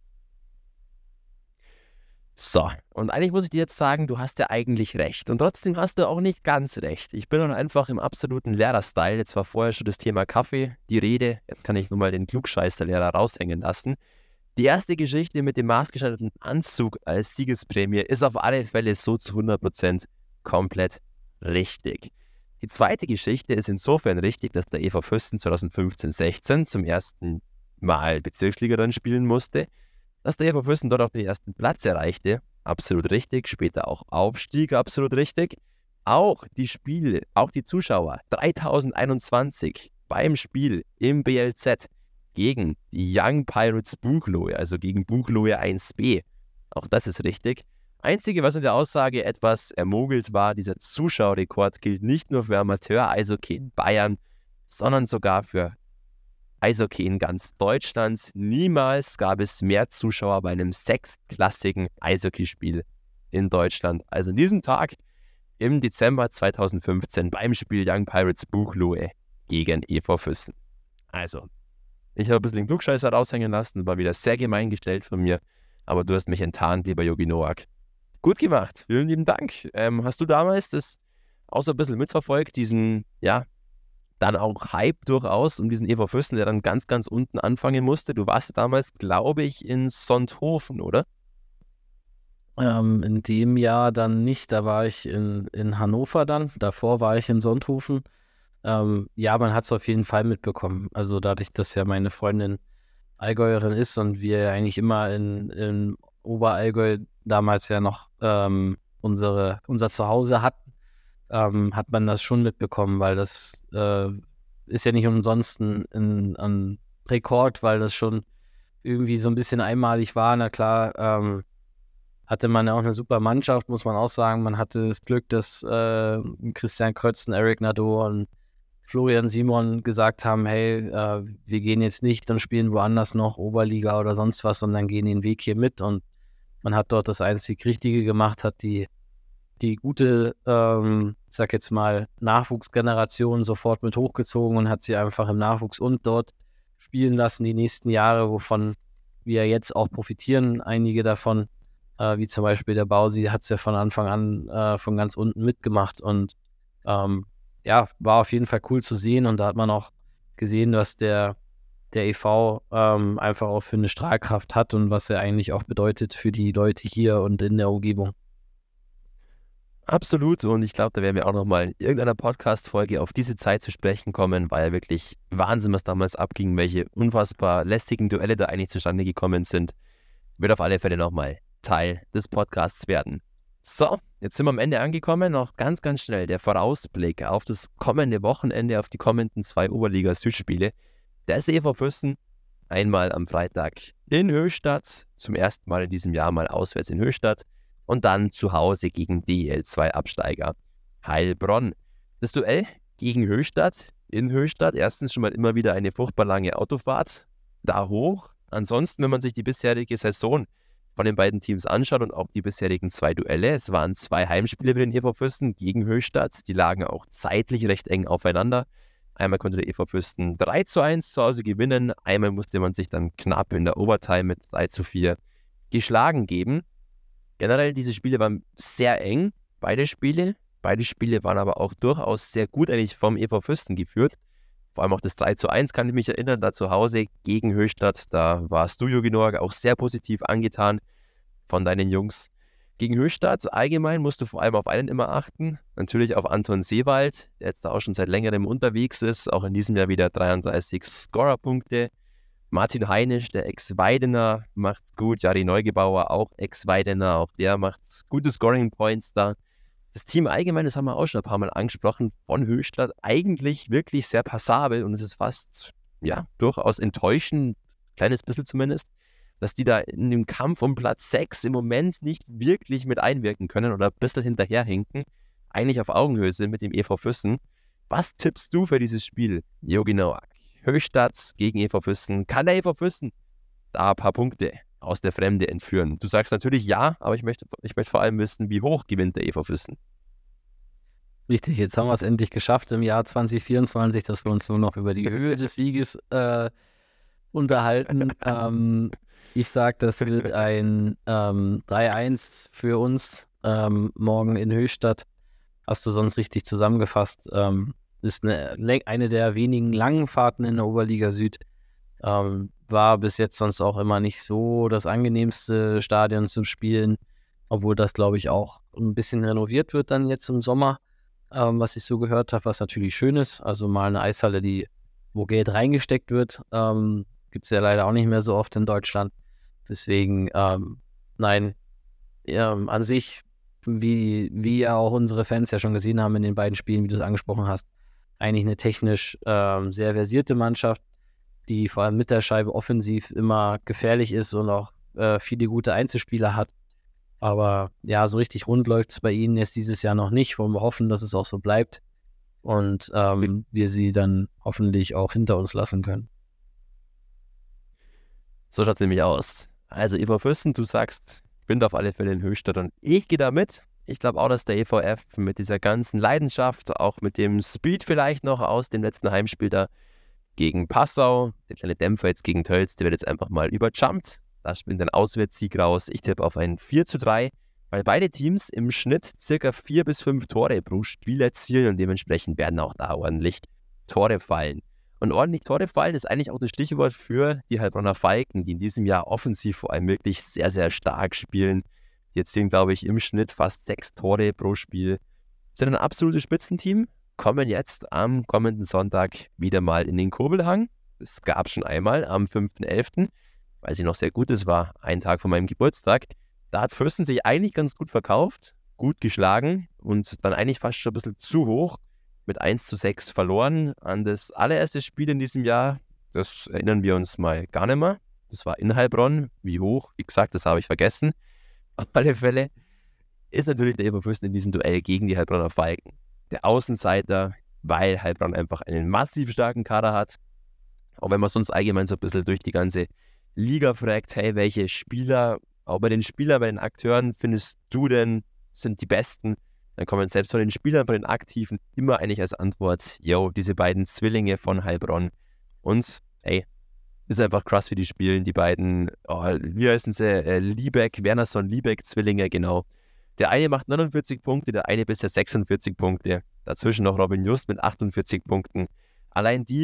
So, und eigentlich muss ich dir jetzt sagen, du hast ja eigentlich recht. Und trotzdem hast du auch nicht ganz recht. Ich bin dann einfach im absoluten Lehrer-Style. Jetzt war vorher schon das Thema Kaffee, die Rede. Jetzt kann ich nur mal den Klugscheißer-Lehrer raushängen lassen. Die erste Geschichte mit dem maßgeschneiderten Anzug als Siegesprämie ist auf alle Fälle so zu hundert Prozent komplett richtig. Die zweite Geschichte ist insofern richtig, dass der E V Füssen zweitausendfünfzehn sechzehn zum ersten Mal Bezirksliga dann spielen musste. Dass der E V Füssen dort auch den ersten Platz erreichte, absolut richtig. Später auch Aufstieg, absolut richtig. Auch die Spiele, auch die Zuschauer, dreitausendeinundzwanzig beim Spiel im B L Z gegen die Young Pirates Buchloe, also gegen Buchloe eins b. Auch das ist richtig. Einzige, was in der Aussage etwas ermogelt war, dieser Zuschauerrekord gilt nicht nur für Amateur-Eishockey in Bayern, sondern sogar für Eishockey in ganz Deutschland. Niemals gab es mehr Zuschauer bei einem sechstklassigen Eishockeyspiel in Deutschland. Also an diesem Tag im Dezember zweitausendfünfzehn beim Spiel Young Pirates Buchloe gegen E V Füssen. Also, ich habe ein bisschen den Klugscheißer raushängen lassen, war wieder sehr gemein gestellt von mir, aber du hast mich enttarnt, lieber Yogi Noack. Gut gemacht, vielen lieben Dank. Ähm, hast du damals das auch so ein bisschen mitverfolgt, diesen, ja, dann auch Hype durchaus um diesen E V Füssen, der dann ganz, ganz unten anfangen musste? Du warst ja damals, glaube ich, in Sonthofen, oder? Ähm, in dem Jahr dann nicht, da war ich in, in Hannover dann, davor war ich in Sonthofen. Ähm, ja, man hat es auf jeden Fall mitbekommen. Also dadurch, dass ja meine Freundin Allgäuerin ist und wir eigentlich immer in, in Oberallgäu damals ja noch ähm, unsere, unser Zuhause hatten, ähm, hat man das schon mitbekommen, weil das äh, ist ja nicht umsonst ein, ein, ein Rekord, weil das schon irgendwie so ein bisschen einmalig war. Na klar, ähm, hatte man ja auch eine super Mannschaft, muss man auch sagen. Man hatte das Glück, dass äh, Christian Krötzen, Eric Nadeau und Florian Simon gesagt haben, hey, äh, wir gehen jetzt nicht und spielen woanders noch Oberliga oder sonst was, sondern gehen den Weg hier mit. Und man hat dort das einzig Richtige gemacht, hat die, die gute, ähm, ich sag jetzt mal, Nachwuchsgeneration sofort mit hochgezogen und hat sie einfach im Nachwuchs und dort spielen lassen die nächsten Jahre, wovon wir jetzt auch profitieren, einige davon, äh, wie zum Beispiel der Bausi, hat es ja von Anfang an äh, von ganz unten mitgemacht und ähm, ja, war auf jeden Fall cool zu sehen und da hat man auch gesehen, was der der E V ähm, einfach auch für eine Strahlkraft hat und was er eigentlich auch bedeutet für die Leute hier und in der Umgebung. Absolut, und ich glaube, da werden wir auch nochmal in irgendeiner Podcast-Folge auf diese Zeit zu sprechen kommen, weil ja wirklich Wahnsinn, was damals abging, welche unfassbar lästigen Duelle da eigentlich zustande gekommen sind. Wird auf alle Fälle nochmal Teil des Podcasts werden. So, jetzt sind wir am Ende angekommen. Noch ganz, ganz schnell der Vorausblick auf das kommende Wochenende, auf die kommenden zwei Oberliga-Südspiele. Der S E V Füssen einmal am Freitag in Höchstadt, zum ersten Mal in diesem Jahr mal auswärts in Höchstadt. Und dann zu Hause gegen D E L zwei Absteiger Heilbronn. Das Duell gegen Höchstadt, in Höchstadt, erstens schon mal immer wieder eine furchtbar lange Autofahrt da hoch. Ansonsten, wenn man sich die bisherige Saison von den beiden Teams anschaut und auch die bisherigen zwei Duelle, es waren zwei Heimspiele für den E V Füssen gegen Höchstadt, die lagen auch zeitlich recht eng aufeinander. Einmal konnte der E V Füssen drei zu eins zu Hause gewinnen, einmal musste man sich dann knapp in der Overtime mit drei zu vier geschlagen geben. Generell, diese Spiele waren sehr eng, beide Spiele. Beide Spiele waren aber auch durchaus sehr gut eigentlich vom E V Füssen geführt. Vor allem auch das drei zu eins kann ich mich erinnern, da zu Hause gegen Höchstadt. Da war Studio Genorg auch sehr positiv angetan von deinen Jungs. Gegen Höchstadt allgemein musst du vor allem auf einen immer achten. Natürlich auf Anton Seewald, der jetzt da auch schon seit längerem unterwegs ist. Auch in diesem Jahr wieder dreiunddreißig Scorerpunkte. Martin Heinisch, der Ex-Weidener, macht's gut. Jari Neugebauer, auch Ex-Weidener, auch der macht gute Scoring-Points da. Das Team allgemein, das haben wir auch schon ein paar Mal angesprochen, von Höchstadt, eigentlich wirklich sehr passabel und es ist fast, ja, durchaus enttäuschend, kleines bisschen zumindest, dass die da in dem Kampf um Platz sechs im Moment nicht wirklich mit einwirken können oder ein bisschen hinterherhinken, eigentlich auf Augenhöhe sind mit dem E V Füssen. Was tippst du für dieses Spiel, Jogi Nowak? Höchstadt gegen E V Füssen. Kann der E V Füssen da ein paar Punkte aus der Fremde entführen? Du sagst natürlich ja, aber ich möchte, ich möchte vor allem wissen, wie hoch gewinnt der E V Füssen? Richtig, jetzt haben wir es endlich geschafft im Jahr zwanzig vierundzwanzig, dass wir uns nur noch über die Höhe des Sieges äh, unterhalten. ähm, ich sage, das wird ein ähm, drei eins für uns ähm, morgen in Höchstadt. Hast du sonst richtig zusammengefasst. Ähm, ist eine, eine der wenigen langen Fahrten in der Oberliga Süd. Ähm, war bis jetzt sonst auch immer nicht so das angenehmste Stadion zum Spielen, obwohl das, glaube ich, auch ein bisschen renoviert wird dann jetzt im Sommer, ähm, was ich so gehört habe, was natürlich schön ist. Also mal eine Eishalle, die, wo Geld reingesteckt wird, ähm, gibt es ja leider auch nicht mehr so oft in Deutschland. Deswegen, ähm, nein, ja, an sich, wie, wie ja auch unsere Fans ja schon gesehen haben in den beiden Spielen, wie du es angesprochen hast, eigentlich eine technisch ähm, sehr versierte Mannschaft, die vor allem mit der Scheibe offensiv immer gefährlich ist und auch äh, viele gute Einzelspieler hat. Aber ja, so richtig rund läuft es bei ihnen jetzt dieses Jahr noch nicht. Wollen wir hoffen, dass es auch so bleibt und ähm, wir sie dann hoffentlich auch hinter uns lassen können. So schaut es nämlich aus. Also E V Füssen, du sagst, ich bin da auf alle Fälle in Höchstadt und ich gehe da mit. Ich glaube auch, dass der E V F mit dieser ganzen Leidenschaft, auch mit dem Speed vielleicht noch aus dem letzten Heimspiel da gegen Passau, der kleine Dämpfer jetzt gegen Tölz, der wird jetzt einfach mal überjumpt. Da spielt ein Auswärtssieg raus. Ich tippe auf ein vier zu drei, weil beide Teams im Schnitt circa vier bis fünf Tore pro Spiel erzielen und dementsprechend werden auch da ordentlich Tore fallen. Und ordentlich Tore fallen ist eigentlich auch das Stichwort für die Heilbronner Falken, die in diesem Jahr offensiv vor allem wirklich sehr, sehr stark spielen. Die erzielen, glaube ich, im Schnitt fast sechs Tore pro Spiel. Sind ein absolutes Spitzenteam, kommen jetzt am kommenden Sonntag wieder mal in den Kobelhang. Das gab es schon einmal am fünften elften Weiß ich noch sehr gut, es war ein Tag vor meinem Geburtstag. Da hat Füssen sich eigentlich ganz gut verkauft, gut geschlagen und dann eigentlich fast schon ein bisschen zu hoch mit eins zu sechs verloren an das allererste Spiel in diesem Jahr. Das erinnern wir uns mal gar nicht mehr. Das war in Heilbronn. Wie hoch? Wie gesagt, das habe ich vergessen. Auf alle Fälle ist natürlich der E V Füssen in diesem Duell gegen die Heilbronner Falken der Außenseiter, weil Heilbronn einfach einen massiv starken Kader hat. Auch wenn man sonst allgemein so ein bisschen durch die ganze Liga fragt, hey, welche Spieler, auch bei den Spielern, bei den Akteuren findest du denn, sind die besten? Dann kommen selbst von den Spielern, von den Aktiven immer eigentlich als Antwort, yo, diese beiden Zwillinge von Heilbronn. Und, ey, ist einfach krass, wie die spielen, die beiden, oh, wie heißen sie, äh, Liebeck, Wernersson-Liebeck-Zwillinge, genau. Der eine macht neunundvierzig Punkte, der eine bisher sechsundvierzig Punkte. Dazwischen noch Robin Just mit achtundvierzig Punkten. Allein die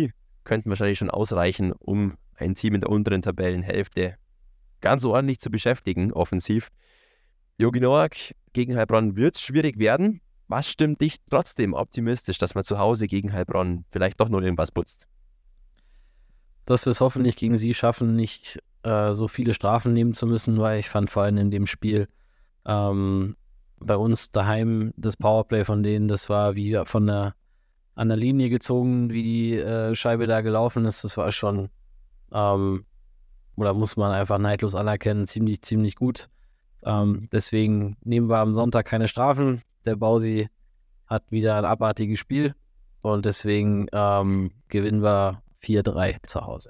könnten wahrscheinlich schon ausreichen, um ein Team in der unteren Tabellenhälfte ganz ordentlich zu beschäftigen, offensiv. Jogi Noack gegen Heilbronn wird es schwierig werden. Was stimmt dich trotzdem optimistisch, dass man zu Hause gegen Heilbronn vielleicht doch noch irgendwas putzt? Dass wir es hoffentlich gegen sie schaffen, nicht äh, so viele Strafen nehmen zu müssen, weil ich fand vor allem in dem Spiel ähm, bei uns daheim das Powerplay von denen, das war wie von der an der Linie gezogen, wie die äh, Scheibe da gelaufen ist. Das war schon, ähm, oder muss man einfach neidlos anerkennen, ziemlich, ziemlich gut. Ähm, deswegen nehmen wir am Sonntag keine Strafen. Der Bausi hat wieder ein abartiges Spiel und deswegen ähm, gewinnen wir vier drei zu Hause.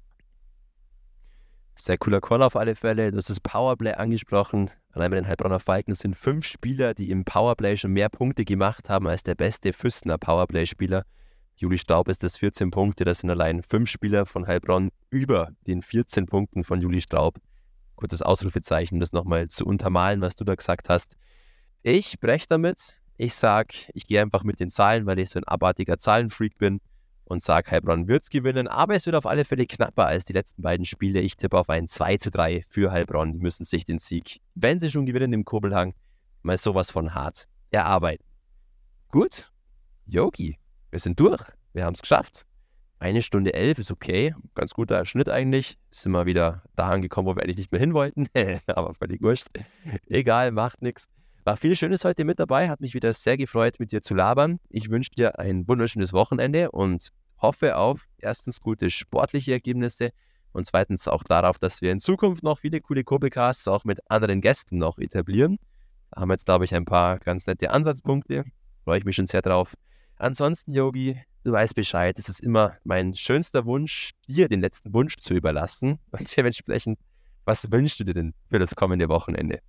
Sehr cooler Call auf alle Fälle. Du hast das Powerplay angesprochen. Allein bei den Heilbronner Falcons sind fünf Spieler, die im Powerplay schon mehr Punkte gemacht haben als der beste Füßner Powerplay-Spieler. Juli Staub ist das vierzehn Punkte. Das sind allein fünf Spieler von Heilbronn über den vierzehn Punkten von Juli Staub. Kurzes Ausrufezeichen, um das nochmal zu untermalen, was du da gesagt hast. Ich breche damit. Ich sage, ich gehe einfach mit den Zahlen, weil ich so ein abartiger Zahlenfreak bin und sage, Heilbronn wird es gewinnen, aber es wird auf alle Fälle knapper als die letzten beiden Spiele. Ich tippe auf ein zwei zu drei für Heilbronn. Die müssen sich den Sieg, wenn sie schon gewinnen im Kobelhang, mal sowas von hart erarbeiten. Gut, Yogi, wir sind durch. Wir haben es geschafft. Eine Stunde elf ist okay. Ganz guter Schnitt eigentlich. Sind wir wieder da angekommen, wo wir eigentlich nicht mehr hin wollten. Aber völlig wurscht. Egal, macht nichts. War viel Schönes heute mit dabei. Hat mich wieder sehr gefreut, mit dir zu labern. Ich wünsche dir ein wunderschönes Wochenende und hoffe auf erstens gute sportliche Ergebnisse und zweitens auch darauf, dass wir in Zukunft noch viele coole Kobelcasts auch mit anderen Gästen noch etablieren. Da haben wir jetzt, glaube ich, ein paar ganz nette Ansatzpunkte. Freue ich mich schon sehr drauf. Ansonsten, Yogi, du weißt Bescheid. Es ist immer mein schönster Wunsch, dir den letzten Wunsch zu überlassen. Und dementsprechend, was wünschst du dir denn für das kommende Wochenende?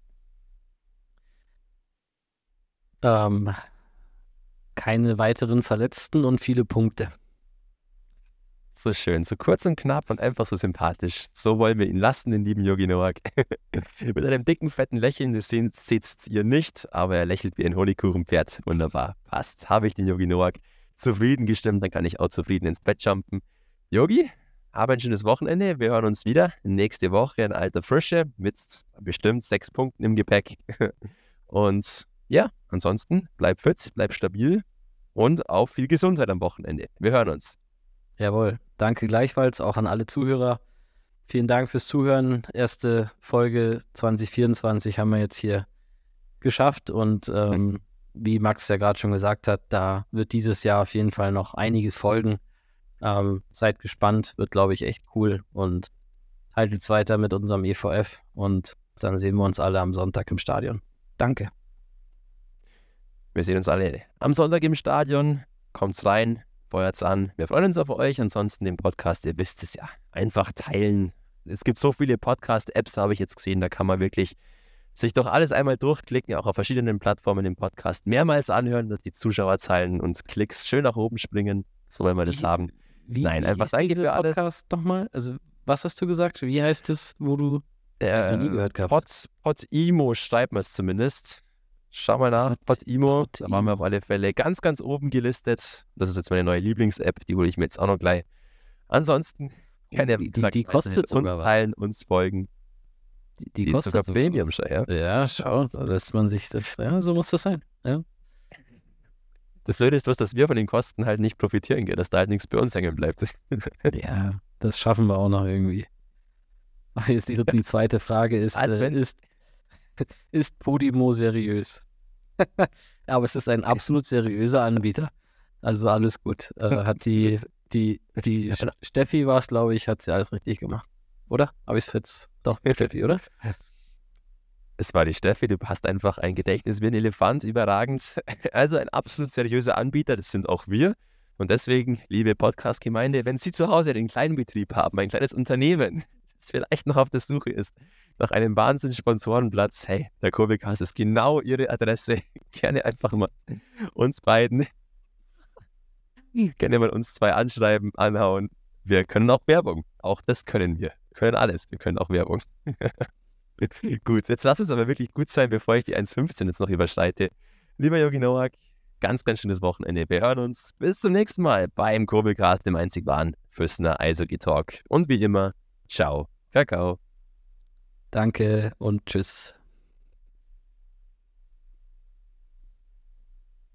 Ähm, keine weiteren Verletzten und viele Punkte. So schön, so kurz und knapp und einfach so sympathisch. So wollen wir ihn lassen, den lieben Jogi Noack. Mit einem dicken, fetten Lächeln, das seht ihr nicht, aber er lächelt wie ein Honigkuchenpferd. Wunderbar, passt. Habe ich den Jogi Noack zufrieden gestimmt, dann kann ich auch zufrieden ins Bett jumpen. Jogi, habe ein schönes Wochenende. Wir hören uns wieder nächste Woche in alter Frische mit bestimmt sechs Punkten im Gepäck. Und ja, ansonsten bleib fit, bleib stabil und auch viel Gesundheit am Wochenende. Wir hören uns. Jawohl, danke gleichfalls auch an alle Zuhörer. Vielen Dank fürs Zuhören. Erste Folge zwanzig vierundzwanzig haben wir jetzt hier geschafft und ähm, wie Max ja gerade schon gesagt hat, da wird dieses Jahr auf jeden Fall noch einiges folgen. Ähm, seid gespannt, wird glaube ich echt cool und haltet's weiter mit unserem E V F und dann sehen wir uns alle am Sonntag im Stadion. Danke. Wir sehen uns alle am Sonntag im Stadion. Kommt's rein. Feuert's an. Wir freuen uns auf euch. Ansonsten den Podcast, ihr wisst es ja, einfach teilen. Es gibt so viele Podcast-Apps, habe ich jetzt gesehen, da kann man wirklich sich doch alles einmal durchklicken, auch auf verschiedenen Plattformen den Podcast mehrmals anhören, dass die Zuschauerzahlen und Klicks schön nach oben springen. So wollen wir das Wie, haben. Wie, Nein, wie einfach hieß danke diese für alles. Podcast nochmal? Also, was hast du gesagt? Wie heißt es, wo du Äh, nie gehört gehabt? Pod, Podimo schreibt man es zumindest. Schau mal nach, Podimo, Pod- da waren wir auf alle Fälle ganz, ganz oben gelistet. Das ist jetzt meine neue Lieblings-App, die hole ich mir jetzt auch noch gleich. Ansonsten kann ja, wie Die- gesagt, die kostet weiterhin uns sogar was. teilen, uns folgen. Die, Die, die ist kostet sogar sogar Premium was. schon, ja. Ja, schau, da lässt man sich das, ja, so muss das sein. Ja. Das Blöde ist bloß, dass wir von den Kosten halt nicht profitieren, gell? Dass da halt nichts bei uns hängen bleibt. Ja, das schaffen wir auch noch irgendwie. Ach, jetzt die, die zweite Frage ist, Als äh, wenn- ist, ist Podimo seriös? Aber es ist ein absolut seriöser Anbieter. Also alles gut. Äh, hat die, die, die Sch- Steffi war es, glaube ich, hat sie alles richtig gemacht. Oder? Habe ich es jetzt doch, Steffi, oder? Es war die Steffi, du hast einfach ein Gedächtnis wie ein Elefant, überragend. Also ein absolut seriöser Anbieter, das sind auch wir. Und deswegen, liebe Podcast-Gemeinde, wenn Sie zu Hause einen kleinen Betrieb haben, ein kleines Unternehmen, das vielleicht noch auf der Suche ist, nach einem Wahnsinns-Sponsorenplatz, hey, der Kobelcast ist genau Ihre Adresse. Gerne einfach mal uns beiden, gerne mal uns zwei anschreiben, anhauen. Wir können auch Werbung. Auch das können wir. Wir können alles. Wir können auch Werbung. Gut, jetzt lass uns aber wirklich gut sein, bevor ich die eins fünfzehn jetzt noch überschreite. Lieber Jogi Noack, ganz, ganz schönes Wochenende. Wir hören uns bis zum nächsten Mal beim Kobelcast, dem einzig wahren. Füssner Eishockey Talk. Und wie immer, ciao, Kakao. Danke und tschüss.